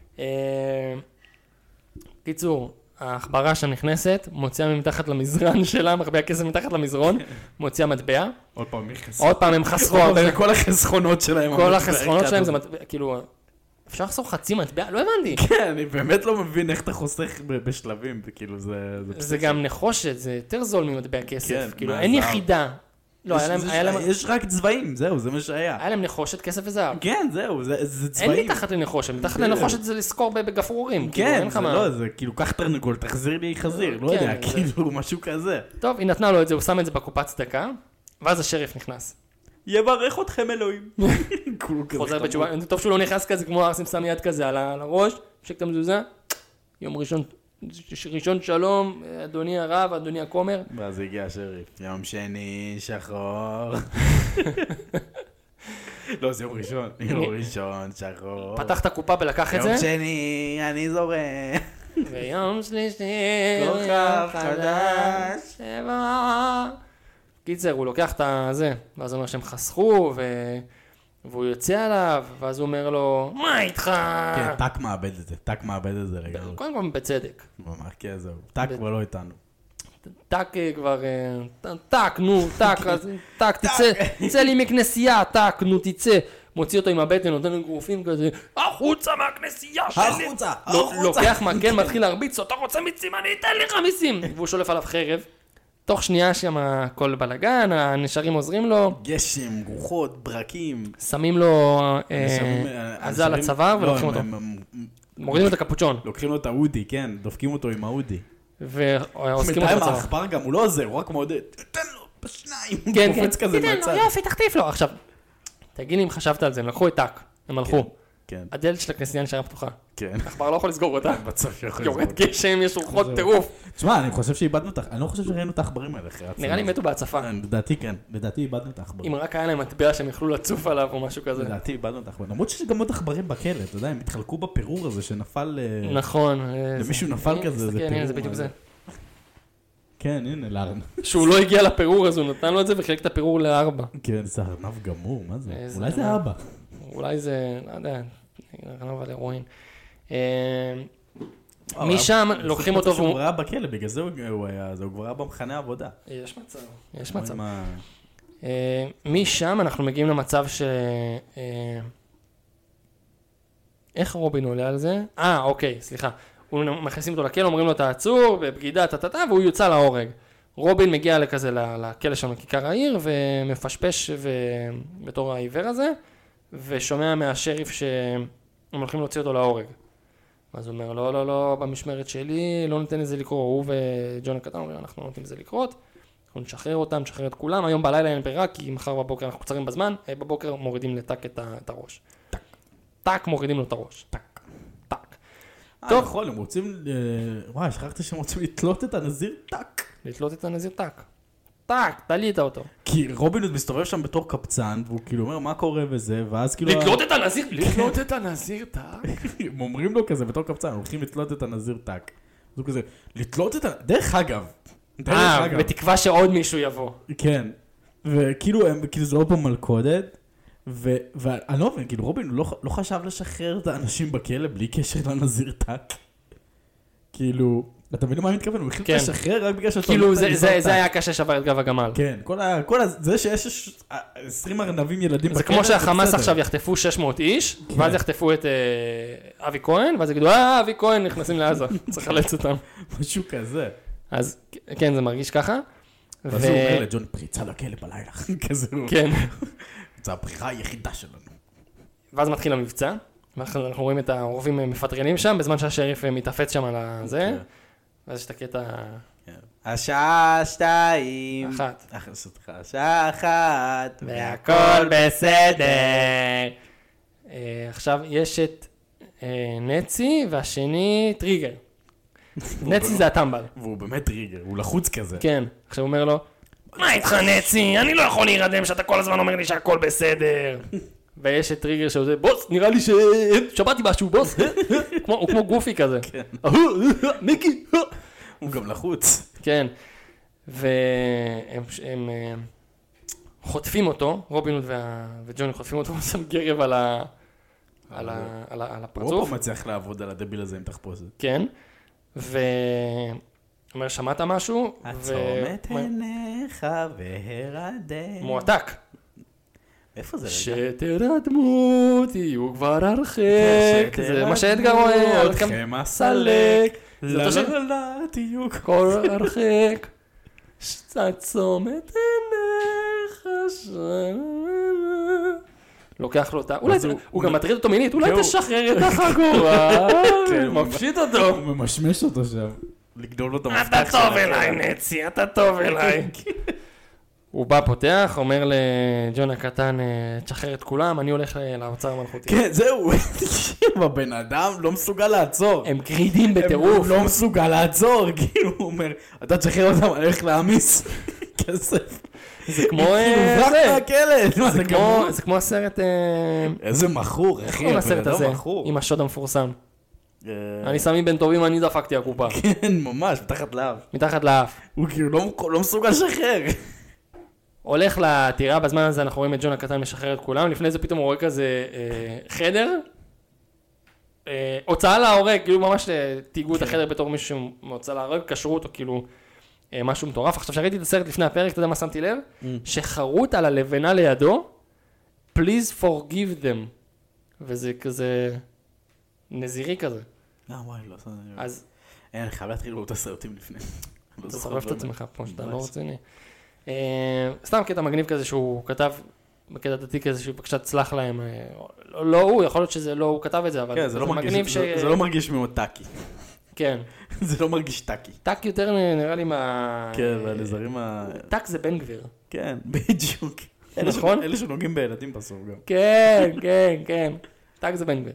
קיצור, העכברה שם נכנסת, מוציאה מתחת למזרן שלה, מחביאה כסף מתחת למזרון, מוציאה מטבע. עוד פעם הם חסכו. כל החסכונות שלהם. כל החסכונות שלהם זה מטבע, כאילו, אפשר לחסוך חצי מטבע? לא הבנתי. כן, אני באמת לא מבין איך אתה חוסך בשלבים, וכאילו זה... זה גם נחושת, זה יותר זול ממטבע כסף, כאילו, אין יחידה. לא, היה להם... יש רק צבעים, זהו, זה מה שהיה. היה להם נחושת, כסף וזהב. כן, זהו, זה צבעים. אין מתחת לנחושת, מתחת לנחושת זה לזכור בגפרורים. כן, זה לא, זה כאילו, קח תרנגול, תחזיר לי חזיר, לא יודע, כאילו, משהו כזה. טוב, היא נתנה לו את זה, הוא שם את זה בקופת צדקה, ואז השריף נכנס. יברך אתכם אלוהים. חוזר בתשובה, טוב שהוא לא נכנס כזה, כמו ארסים שם יד כזה על הראש, משק את המזוזה, יום ראשון שלום, אדוני הרב, אדוני הכומר. ואז הגיע השריף, יום שני, שחור. לא, זה יום ראשון, שחור. פתח את הקופה ולקח את זה. יום שני, אני זורם. ויום שלישי, כוכב חדש. קיצר, הוא לוקח את זה, ואז הוא אומר שהם חסכו, והוא יוצא עליו, ואז הוא אומר לו, מה איתך? כן, טאק מאבד את זה רגע. קודם כל בצדק. ממש, כן, זהו. טאק כבר לא איתנו. טאק כבר, טאק, תצא לי מכנסייה, טאק, נו, תצא. מוציא אותו עם הבטן, נותן לו גרופים כזה, החוצה מהכנסייה שלי. החוצה. לוקח מקל, מתחיל להרביץ, אתה רוצה מיסים, אני אתן לך מיסים. והוא שולף עליו חרב. תוך שנייה שם הכל בלגן, הנשארים עוזרים לו. גשם, רוחות, ברקים. שמים לו עזה על הצוואר ולוקחים אותו. מורידים את הקפוצ'ון. לוקחים לו את האודי, כן, דופקים אותו עם האודי. ועוסקים אותו בצוואר. העכבר גם, הוא לא עוזר, הוא רק מעודד. תתן לו בשניים. כן, כן, תתן לו, יופי, תחטיף לו. עכשיו, תגיד לי אם חשבת על זה, הם לקחו את טאק, הם הלכו. כן. הדלת של הכנסייה נשארה פתוחה. כן. העכבר לא יכול לסגור אותה. בצוף יכול לסגור. יורד גשם, יש רוחות טירוף. תשמע, אני חושב שאיבדנו אותך, אני לא חושב שראינו את העכברים האלה. נראה לי מתו בהצפה. לדעתי כן, לדעתי איבדנו את העכברים. אם רק היה להם מטבע שהם יכלו לצוף עליו או משהו כזה. לדעתי איבדנו את העכברים. למרות שיש גם עוד עכברים בכלא, אתה יודע, הם התחלקו בפירור הזה שנפל... נכון. למישהו נפל כזה, זה פירור. זה בדיוק זה. כן, הנה, לארנב. שהוא לא הגיע לפירור, אז הוא נתן לו את זה וחילק את הפירור לארבע. כן, זה ארנב גמור, מה זה? אולי זה אבא. אולי זה, לא יודע, ארנב על הרואין. משם לוקחים אותו הוא כבר היה בכלא, בגלל זה הוא היה, הוא כבר היה במחנה עבודה. יש מצב. משם אנחנו מגיעים למצב ש... איך רובין עולה על זה? אוקיי, סליחה. הוא מכניסים אותו לכלא, אומרים לו תעצור, בבגידה, והוא יוצא להורג. רובין מגיע לכזה לכלא שם בכיכר העיר, ומפשפש בתור העיוור הזה, ושומע מהשריף שהם הולכים להוציא אותו להורג. אז הוא אומר, לא, לא, לא, במשמרת שלי, לא ניתן לזה לקרות. הוא וג'ון הקטן אומרים, אנחנו לא נותנים לזה לקרות. אנחנו נשחרר אותם, נשחרר את כולם. היום בלילה אין ברירה, כי מחר בבוקר אנחנו קצרים בזמן. בבוקר מורידים לטק את הראש. טק מורידים לו את הראש. טק. טוב. נכון, הם רוצים... וואי, שכחתי שהם רוצים לתלות את הנזיר טק. לתלות את הנזיר טק. טק, תלית אותו. כי רובין הוד מסתובב שם בתור קפצן, והוא כאילו אומר, מה קורה וזה, ואז כאילו... לתלות את הנזיר? לתלות את הנזיר טק? הם אומרים לו כזה בתור קפצן, הולכים לתלות את הנזיר טק. אז הוא כזה, לתלות את הנזיר... דרך אגב. בתקווה שעוד מישהו יבוא. כן. וכאילו, זה לא פה מלכודת. ואני לא מבין, כאילו רובין לא חשב לשחרר את האנשים בכלא בלי קשר לנזיר טק. כאילו, אתה מבין מה אני מתכוון? הוא החליט לשחרר רק בגלל שאתה... כאילו, זה היה קשה שבר את גב הגמל. כן, זה שיש 20 ארנבים ילדים בכלא. זה כמו שהחמאס עכשיו יחטפו 600 איש, ואז יחטפו את אבי כהן, ואז יגידו, אבי כהן נכנסים לעזה, צריך לחלץ אותם. משהו כזה. אז כן, זה מרגיש ככה. ואז הוא אומר לג'ון, פריצה לכלא בלילה. כזה הוא. כן. זה הבריחה היחידה שלנו. ואז מתחיל המבצע. אנחנו רואים את העורבים מפטרלים שם, בזמן שהשריף מתאפץ שם על הזה, ואז יש את הקטע... השעה 2. 1. השעה 1. והכל בסדר. עכשיו יש את נצי, והשני טריגר. נצי זה הטמבל. והוא באמת טריגר, הוא לחוץ כזה. כן, עכשיו הוא אומר לו, מה איתך נצי? אני לא יכול להירדם שאתה כל הזמן אומר לי שהכל בסדר. ויש את טריגר שעושה, בוס, נראה לי ששמעתי משהו, בוס. הוא כמו גופי כזה. מיקי. הוא גם לחוץ. כן. והם חוטפים אותו, רובין הוד וג'וני חוטפים אותו, הוא שם גרב על הפרצוף. הוא פה מצליח לעבוד על הדביל הזה עם תחפושת. כן. אומר, שמעת משהו? עצום את עיניך והרדם. מועתק. איפה זה רגע? שתרדמו, תהיו כבר הרחק. זה מה שאדגר רואה. אתכם הסלק. זה אותו שם. תהיו כבר הרחק. עצום את עיניך. לוקח לו אותה. אולי הוא גם מטריד אותו מינית. אולי תשחרר את החגורה. מפשיט אותו. הוא ממשמש אותו שם. לגדול לו את המפתח אתה טוב אליי, נצי, אתה טוב אליי. הוא בא פותח, אומר לג'ון הקטן, תשחרר את כולם, אני הולך לאוצר המלכותי. כן, זהו. הבן אדם לא מסוגל לעצור. הם גרידים בטירוף. הוא לא מסוגל לעצור. כאילו, הוא אומר, אתה תשחרר אותם, אני הולך להעמיס כסף. זה כמו... זה כמו הסרט... איזה מכור, אחי. כמו הסרט הזה, עם השוד המפורסם. אני סמי בן טובים, אני דפקתי הקופה. כן, ממש, מתחת לאף. מתחת לאף. הוא כאילו לא מסוגל לשחרר. הולך לטירה, בזמן הזה אנחנו רואים את ג'ון הקטן משחרר את כולם, לפני זה פתאום הוא רואה כזה חדר, הוצאה להורג, כאילו ממש תיגעו את החדר בתור מישהו שמוצא להורג, קשרו אותו כאילו משהו מטורף. עכשיו שראיתי את הסרט לפני הפרק, אתה יודע מה שמתי לב? שחרוט על הלבנה לידו, please forgive them, וזה כזה נזירי כזה. וואי, לא, אז... אני חייב להתחיל לראות את הסרטים לפני. אתה שרף את עצמך פה, שאתה לא רציני. סתם קטע מגניב כזה שהוא כתב, בקטע דתי כזה שהוא קצת צלח להם, לא הוא, יכול להיות שזה לא הוא כתב את זה, אבל זה מגניב ש... זה לא מרגיש מאוד טאקי. כן. זה לא מרגיש טאקי. טאק יותר נראה לי מה... כן, והנזרים ה... טאק זה בן גביר. כן, בדיוק. נכון? אלה שנוגעים בילדים בסוף גם. כן, כן, כן. טאק זה בן גביר.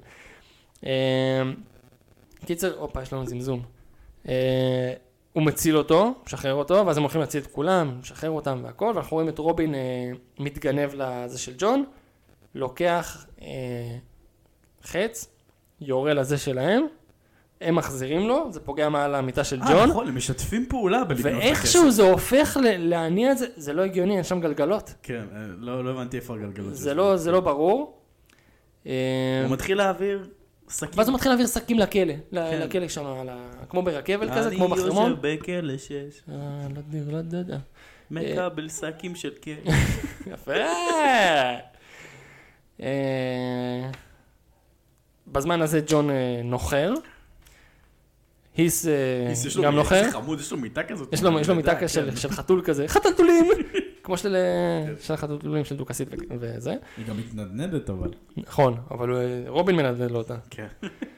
קיצר, אופה, יש לנו זמזום. הוא מציל אותו, משחרר אותו, ואז הם הולכים להציל את כולם, משחרר אותם והכל, ואנחנו רואים את רובין מתגנב לזה של ג'ון, לוקח חץ, יורה לזה שלהם, הם מחזירים לו, זה פוגע מעל המיטה של ג'ון. נכון, הם משתפים פעולה בלגנות את הכסף. ואיכשהו זה הופך להניע את זה, זה לא הגיוני, אין שם גלגלות. כן, לא הבנתי איפה הגלגלות. זה לא ברור. הוא מתחיל להעביר שקים. ואז הוא מתחיל להעביר שקים לכלא, לכלא שם, כמו ברכבל כזה, כמו בחרמון. אני יושב בכלא 6. לא יודע. מקבל שקים של כלא. יפה. בזמן הזה ג'ון נוחר. היס גם נוחר. איזה חמוד, יש לו מיטה כזאת. יש לו מיטה של חתול כזה. חתולתולים! כמו של החתולתולים של דוקסית וזה. היא גם מתנדנדת אבל. נכון, אבל רובין מנדנד לו אותה. כן.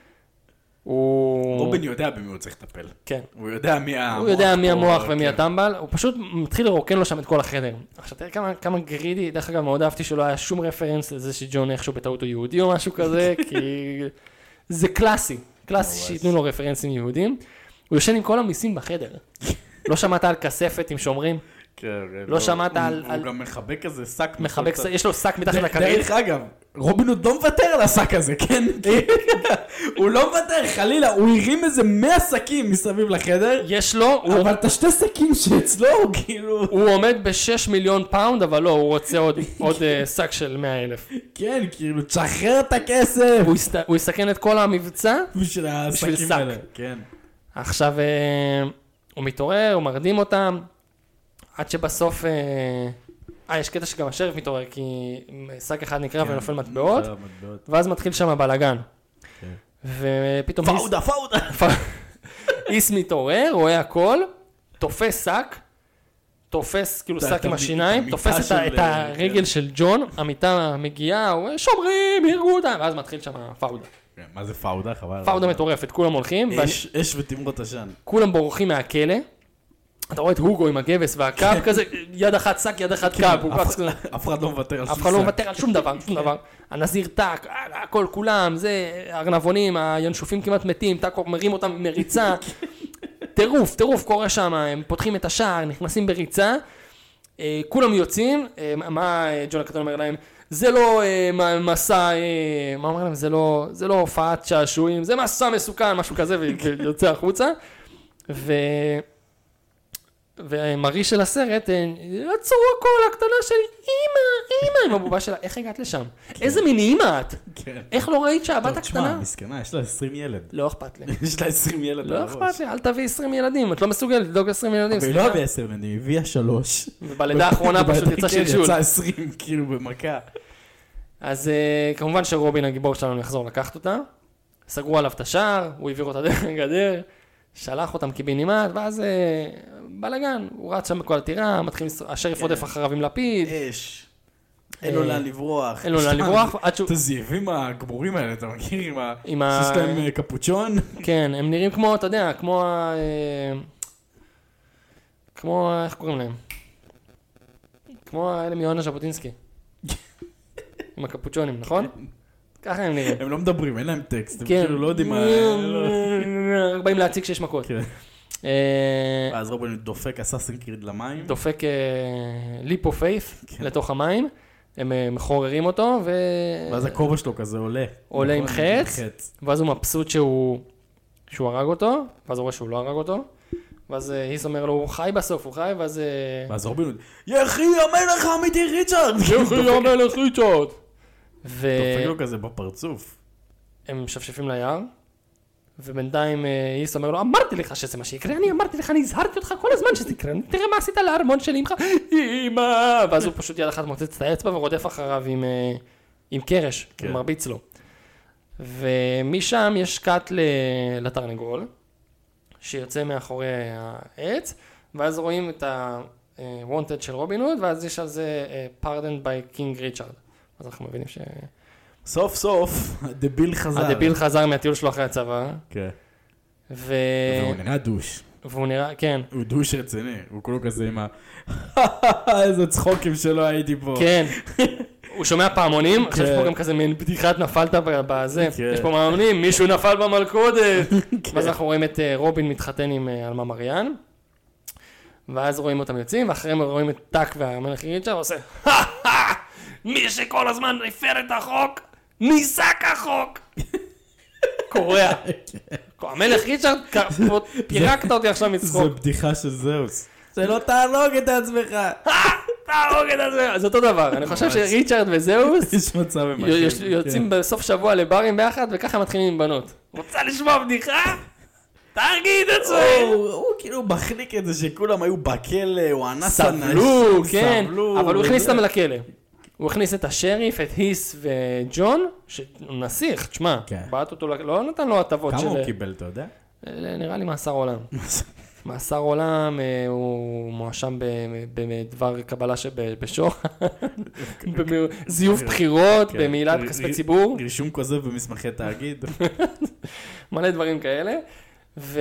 רובין יודע במי הוא צריך לטפל. כן. הוא יודע מי המוח. הוא יודע מי המוח ומי הטמבל. הוא פשוט מתחיל לרוקן לו שם את כל החדר. עכשיו תראה כמה גרידי, דרך אגב מאוד אהבתי שלא היה שום רפרנס לזה שג'ון איכשהו בטעות הוא יהודי או משהו כזה, כי זה קלאסי. קלאסי שייתנו לו רפרנסים יהודים. הוא יושן עם כל המיסים בחדר. לא שמעת על כספת עם שומרים? לא שמעת על... הוא גם מחבק כזה שק. יש לו שק מתחת לכרית. דרך אגב, רובין הוד לא מוותר על השק הזה, כן? הוא לא מוותר, חלילה, הוא הרים איזה 100 שקים מסביב לחדר. יש לו... אבל את השתי שקים שאצלו, כאילו... הוא עומד ב6 מיליון פאונד, אבל לא, הוא רוצה עוד שק של 100,000. כן, כאילו, תשחרר את הכסף. הוא יסכן את כל המבצע בשביל השקים האלה. כן. עכשיו, הוא מתעורר, הוא מרדים אותם, עד שבסוף... יש קטע שגם השריף מתעורר, כי שק אחד נקרא ונופל מטבעות, ואז מתחיל שם הבלגן. ופתאום... פאודה! איס מתעורר, רואה הכל, תופס שק, תופס, כאילו שק עם השיניים, תופס את הרגל של ג'ון, המיטה מגיעה, הוא אומר, שומרים, הרגו אותה, ואז מתחיל שם פאודה. מה זה פאודה? חבל. פאודה מטורפת, כולם הולכים. אש ותמרות עשן. כולם בורחים מהכלא. אתה רואה את הוגו עם הגבס והקאפ כזה, יד אחת שק, יד אחת קאפ. אף אחד לא מוותר על שום שק. אף אחד לא מוותר על שום דבר, שום דבר. הנזיר טק, הכל, כולם, זה, ארנבונים, הינשופים כמעט מתים, טק מרים אותם במריצה. טירוף קורה שם, הם פותחים את השער, נכנסים בריצה, כולם יוצאים, מה ג'ון הקטן אומר להם? זה לא מסע, מה אומר להם? זה לא הופעת שעשועים, זה מסע מסוכן, משהו כזה, ויוצא החוצה. ומרי של הסרט, עצרו הכל, הקטנה שלי, אמא, עם הבובה שלה, איך הגעת לשם? איזה מין אמא את? איך לא ראית שהבת הקטנה? תשמע, מסכנה, יש לה 20 ילד. לא אכפת לי. יש לה 20 ילד. לא אכפת לי, אל תביא 20 ילדים, את לא מסוגלת לדאוג 20 ילדים. אבל היא לא הביאה 10 ילדים, היא הביאה 3. ובלידה האחרונה פשוט יצא שלשול. יצא 20, כאילו במכה. אז כמובן שרובין הגיבור שלנו יחזור לקחת אותה, סגרו עליו את השער, הוא העביר אותה דרך הגדר, שלח אותם קיבינימט, ואז בלגן, הוא רץ שם בכל הטירה, השריף רודף אחריו עם לפיד. אש. אין לו לאן לברוח. אין לו לאן לברוח. את הזאבים הגמורים האלה, אתה מכיר? שיש להם קפוצ'ון? כן, הם נראים כמו, אתה יודע, כמו, איך קוראים להם? כמו האלה מיונה ז'בוטינסקי. עם הקפוצ'ונים, נכון? ככה הם נראים. הם לא מדברים, אין להם טקסט, הם כאילו לא יודעים מה... רק באים להציג שיש מכות. אז רובין דופק אסאסין קריד למים. דופק ליפ אוף פייף לתוך המים. הם מחוררים אותו, ואז הכובע שלו כזה עולה. עולה עם חץ, ואז הוא מבסוט שהוא הרג אותו, ואז הוא רואה שהוא לא הרג אותו. ואז היס אומר לו, הוא חי בסוף, הוא חי, ואז רובין, יחי המלך האמיתי ריצ'רד! יחי המלך ריצ'רד! דופק לו כזה בפרצוף. הם משפשפים ליער, ובינתיים היס אומר לו, אמרתי לך שזה מה שיקרה, אני אמרתי לך, אני הזהרתי אותך כל הזמן שזה יקרה, תראה מה עשית לארמון של אמך, אמא! ואז הוא פשוט יד אחת מוצץ את האצבע ורודף אחריו עם קרש, מרביץ לו. ומשם יש קאט לתרנגול, שיוצא מאחורי העץ, ואז רואים את ה-wanted של רובין הוד, ואז יש על זה pardoned by King Richard. אז אנחנו מבינים ש... סוף סוף, הדביל חזר. הדביל חזר מהטיול שלו אחרי הצבא. כן. והוא נראה דוש. והוא נראה, כן. הוא דוש רציני, הוא כולו כזה עם איזה צחוקים שלא הייתי פה. כן. הוא שומע פעמונים, עכשיו יש פה גם כזה מין בדיחת נפלת בזה. יש פה פעמונים, מישהו נפל במלכודת. ואז אנחנו רואים את רובין מתחתן עם אלמה מריאן. ואז רואים אותם יוצאים, ואחריהם רואים את טאק והמלך ריצ'רד, ועושה, מי שכל הזמן הפר את החוק, ניסה כחוק. קורע. המלך ריצ'רד, פירקת אותי עכשיו מצחוק. זה בדיחה של זהוס. שלא תהרוג את עצמך. תהרוג את עצמך. זה אותו דבר. אני חושב שריצ'רד וזהוס יוצאים בסוף שבוע לברים ביחד, וככה מתחילים עם בנות. רוצה לשמוע בדיחה? תגיד את זה. הוא כאילו מחליק את זה שכולם היו בכלא, הוא אנס אנשים. סבלו, כן. אבל הוא הכניס אותם לכלא. הוא הכניס את השריף, את היס וג'ון, שהוא נסיך, תשמע, בעט אותו, לא נתן לו הטבות של... כמה הוא קיבל, אתה יודע? נראה לי מאסר עולם. מאסר עולם, הוא מואשם בדבר קבלה שבשוח, זיוף בחירות, במעילת כספי ציבור. רישום כוזב במסמכי תאגיד. מלא דברים כאלה. וזהו,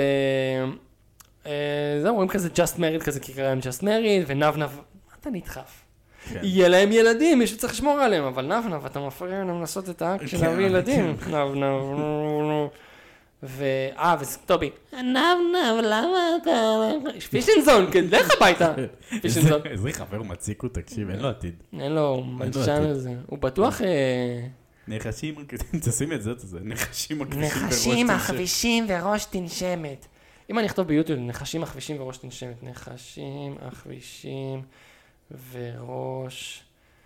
רואים כזה just married, כזה כיכר עם just married, ונב, מה אתה נדחף? יהיה להם ילדים, מישהו צריך לשמור עליהם, אבל נב, אתה מפריע להם לעשות את האקט של להביא ילדים. נב. וטובי, נב, למה אתה... פישנזון, לך הביתה. פישנזון. איזה חבר מציק הוא, תקשיב, אין לו עתיד. אין לו, הוא מלשן לזה. הוא בטוח... נחשים, תשים את זה, נחשים החבישים וראש תנשמת. אם אני אכתוב ביוטיוב, נחשים החבישים וראש תנשמת. נחשים החבישים וראש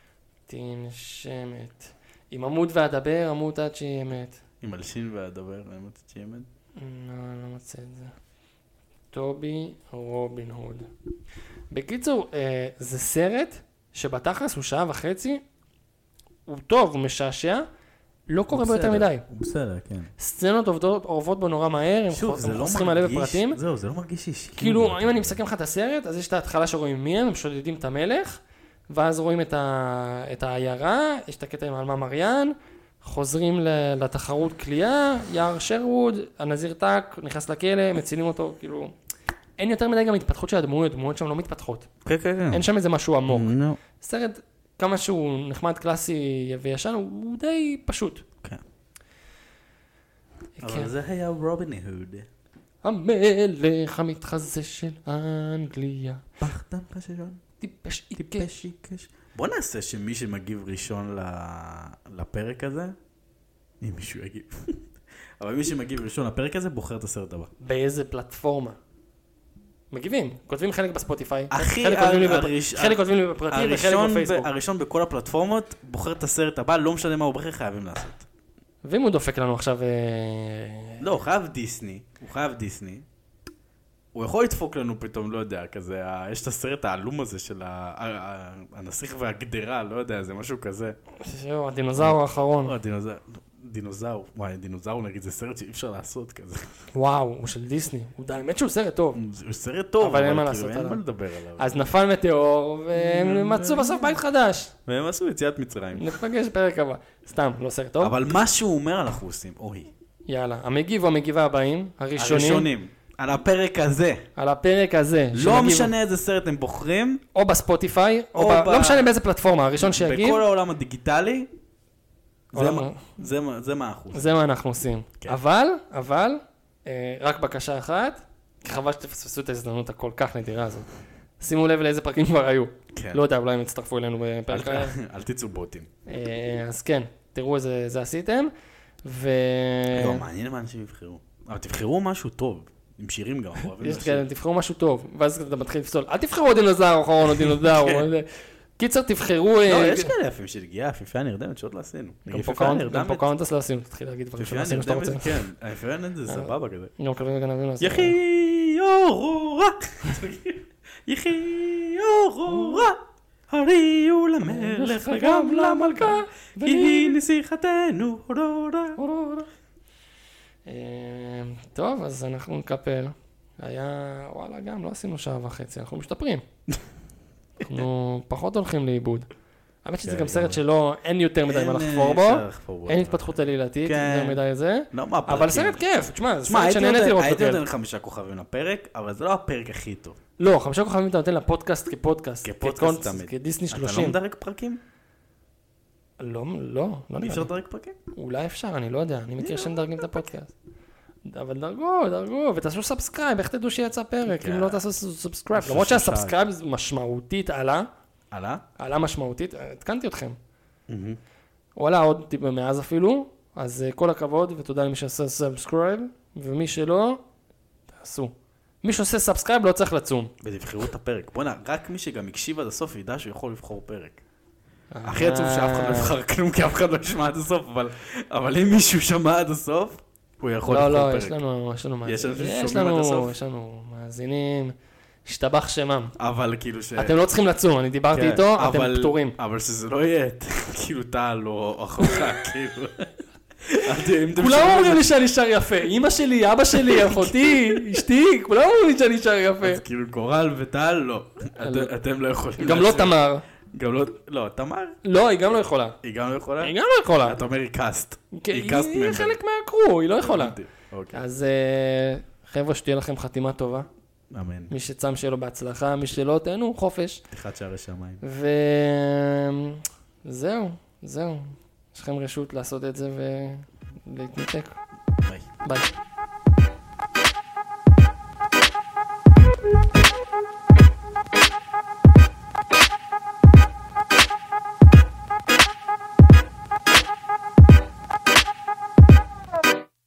תנשמת. עם עמוד ואדבר, עמוד עד שיהיה אמת. עם מלשין ואדבר, עמוד עד שיהיה אמת? לא, אני לא מוצא את זה. טובי רובין הוד. בקיצור, זה סרט שבתכלס הוא 1.5 שעה, הוא טוב, הוא משעשע, לא קורה בו יותר מדי. הוא בסדר, כן. סצנות עוברות בו נורא מהר, הם חוסכים מלא בפרטים. זהו, זה לא מרגיש אישי. כאילו, אם אני מסכם לך את הסרט, אז יש את ההתחלה שרואים מי הם שודדים את המלך, ואז רואים את העיירה, יש את הקטע עם אלמה מריאן, חוזרים לתחרות קליעה, יער שרווד, הנזיר טאק, נכנס לכלא, מצילים אותו, כאילו... אין יותר מדי גם התפתחות של הדמויות, דמויות שם לא מתפתחות. כן, כן, כן. אין שם איזה משהו עמוק. נו. סרט, כמה שהוא נחמד, קלאסי וישן, הוא די פשוט. כן. אבל זה היה רובין הוד. המלך המתחזה של אנגליה. פחדן חששון. טיפש טיפש עיקש. בוא נעשה שמי שמגיב ראשון לפרק הזה, אם מישהו יגיב. אבל מי שמגיב ראשון לפרק הזה בוחר את הסרט הבא. באיזה פלטפורמה? מגיבים, כותבים חלק בספוטיפיי, חלק כותבים לי בפרטי וחלק בפייסבוק. הראשון בכל הפלטפורמות בוחר את הסרט הבא, לא משנה מה הוא בוחר, חייבים לעשות. ואם הוא דופק לנו עכשיו... לא, הוא חייב דיסני. הוא יכול לדפוק לנו פתאום, לא יודע, כזה, יש את הסרט העלום הזה של הנסיך והגדרה, לא יודע, זה משהו כזה. זהו, הדינוזאור האחרון. דינוזאור נגיד, זה סרט שאי אפשר לעשות כזה. וואו, הוא של דיסני. האמת שהוא סרט טוב. הוא סרט טוב, אבל אין מה לעשות עליו. אין מה לדבר עליו. אז נפל מטאור, והם מצאו בסוף בית חדש. והם עשו יציאת מצרים. נפגש פרק הבא. סתם, לא סרט טוב. אבל מה שהוא אומר אנחנו עושים, אוי. יאללה, המגיב או המגיבה הבאים, הראשונים. על הפרק הזה. על הפרק הזה. לא משנה איזה סרט הם בוחרים. או בספוטיפיי, לא משנה באיזה פלטפורמה, הראשון שיגיב. בכל העולם הדיגיטלי. זה מה אנחנו עושים. זה מה אנחנו עושים. אבל, רק בקשה אחת, חבל שתפספסו את ההזדמנות הכל כך נדירה הזאת. שימו לב לאיזה פרקים כבר היו. לא יודע, אולי הם יצטרפו אלינו בפרק אחר. אל תצאו בוטים. אז כן, תראו איזה זה עשיתם. לא, מעניין מה אנשים יבחרו. אבל תבחרו משהו טוב. עם שירים גם. תבחרו משהו טוב, ואז אתה מתחיל לפסול. אל תבחרו דינוזאור אחרון או דינוזאור. קיצר, תבחרו... לא, יש כאלה יפים של גיאה, יפיפייה נרדמת, שעוד לא עשינו. גם פוקהונטס לא עשינו, תתחיל להגיד דברים שלא עשינו שאתה רוצה. כן, היפיפייה נרדמת זה סבבה כזה. גם מקווים וגנבים לא עשינו. יחי אורורה, יחי אורורה, הריעו למלך וגם למלכה, והיא נסיכתנו אורורה. טוב, אז אנחנו נקפל. היה, וואלה, גם לא עשינו שעה וחצי, אנחנו משתפרים. אנחנו פחות הולכים לאיבוד. האמת שזה גם סרט שלא, אין יותר מדי מה לחפור בו, אין התפתחות עלילתית, יותר מדי זה, אבל סרט כיף, תשמע, זה סרט שנהניתי לראות הייתי נותן 5 כוכבים לפרק, אבל זה לא הפרק הכי טוב. לא, 5 כוכבים אתה נותן לפודקאסט כפודקאסט, כדיסני 30. אתה לא מדרג פרקים? לא, אי אפשר לדרג פרקים? אולי אפשר, אני לא יודע, אני מכיר שמדרגים את הפודקאסט. אבל דרגו, ותעשו סאבסקרייב, איך תדעו שיצא פרק, אם לא תעשו סאבסקרייב, למרות שהסאבסקרייב משמעותית עלה. עלה משמעותית, התקנתי אתכם. הוא עלה עוד טיפה מאז אפילו, אז כל הכבוד ותודה למי שעשה סאבסקרייב, ומי שלא, תעשו. מי שעושה סאבסקרייב לא צריך לצום. ותבחרו את הפרק. בוא'נה, רק מי שגם הקשיב עד הסוף ידע שהוא יכול לבחור פרק. הכי עצוב שאף אחד לא יבחר כלום, כי אף אחד לא ישמע עד הסוף, אבל אם מישהו שמע עד הסוף, הוא יכול לבחור פרק. לא, יש לנו מאזינים, השתבח שמם. אבל כאילו אתם לא צריכים לצום, אני דיברתי איתו, אתם פטורים. אבל שזה לא יהיה, כאילו טל או אחותך, כאילו. כולם אומרים לי שאני שר יפה, אמא שלי, אבא שלי, אחותי, אשתי, כולם אומרים לי שאני שר יפה. אז כאילו קורל וטל, לא. אתם לא יכולים. גם לא תמר. גם לא, לא, תמר? לא, היא גם לא יכולה. היא גם לא יכולה? היא גם לא יכולה. אתה אומר היא קאסט. היא חלק מהקרו, היא לא יכולה. אז חבר'ה, שתהיה לכם חתימה טובה. אמן. מי שצם שיהיה לו בהצלחה, מי שלא, תהנו, חופש. פתיחת שערי שמיים. וזהו. יש לכם רשות לעשות את זה ולהתנתק. ביי. ביי.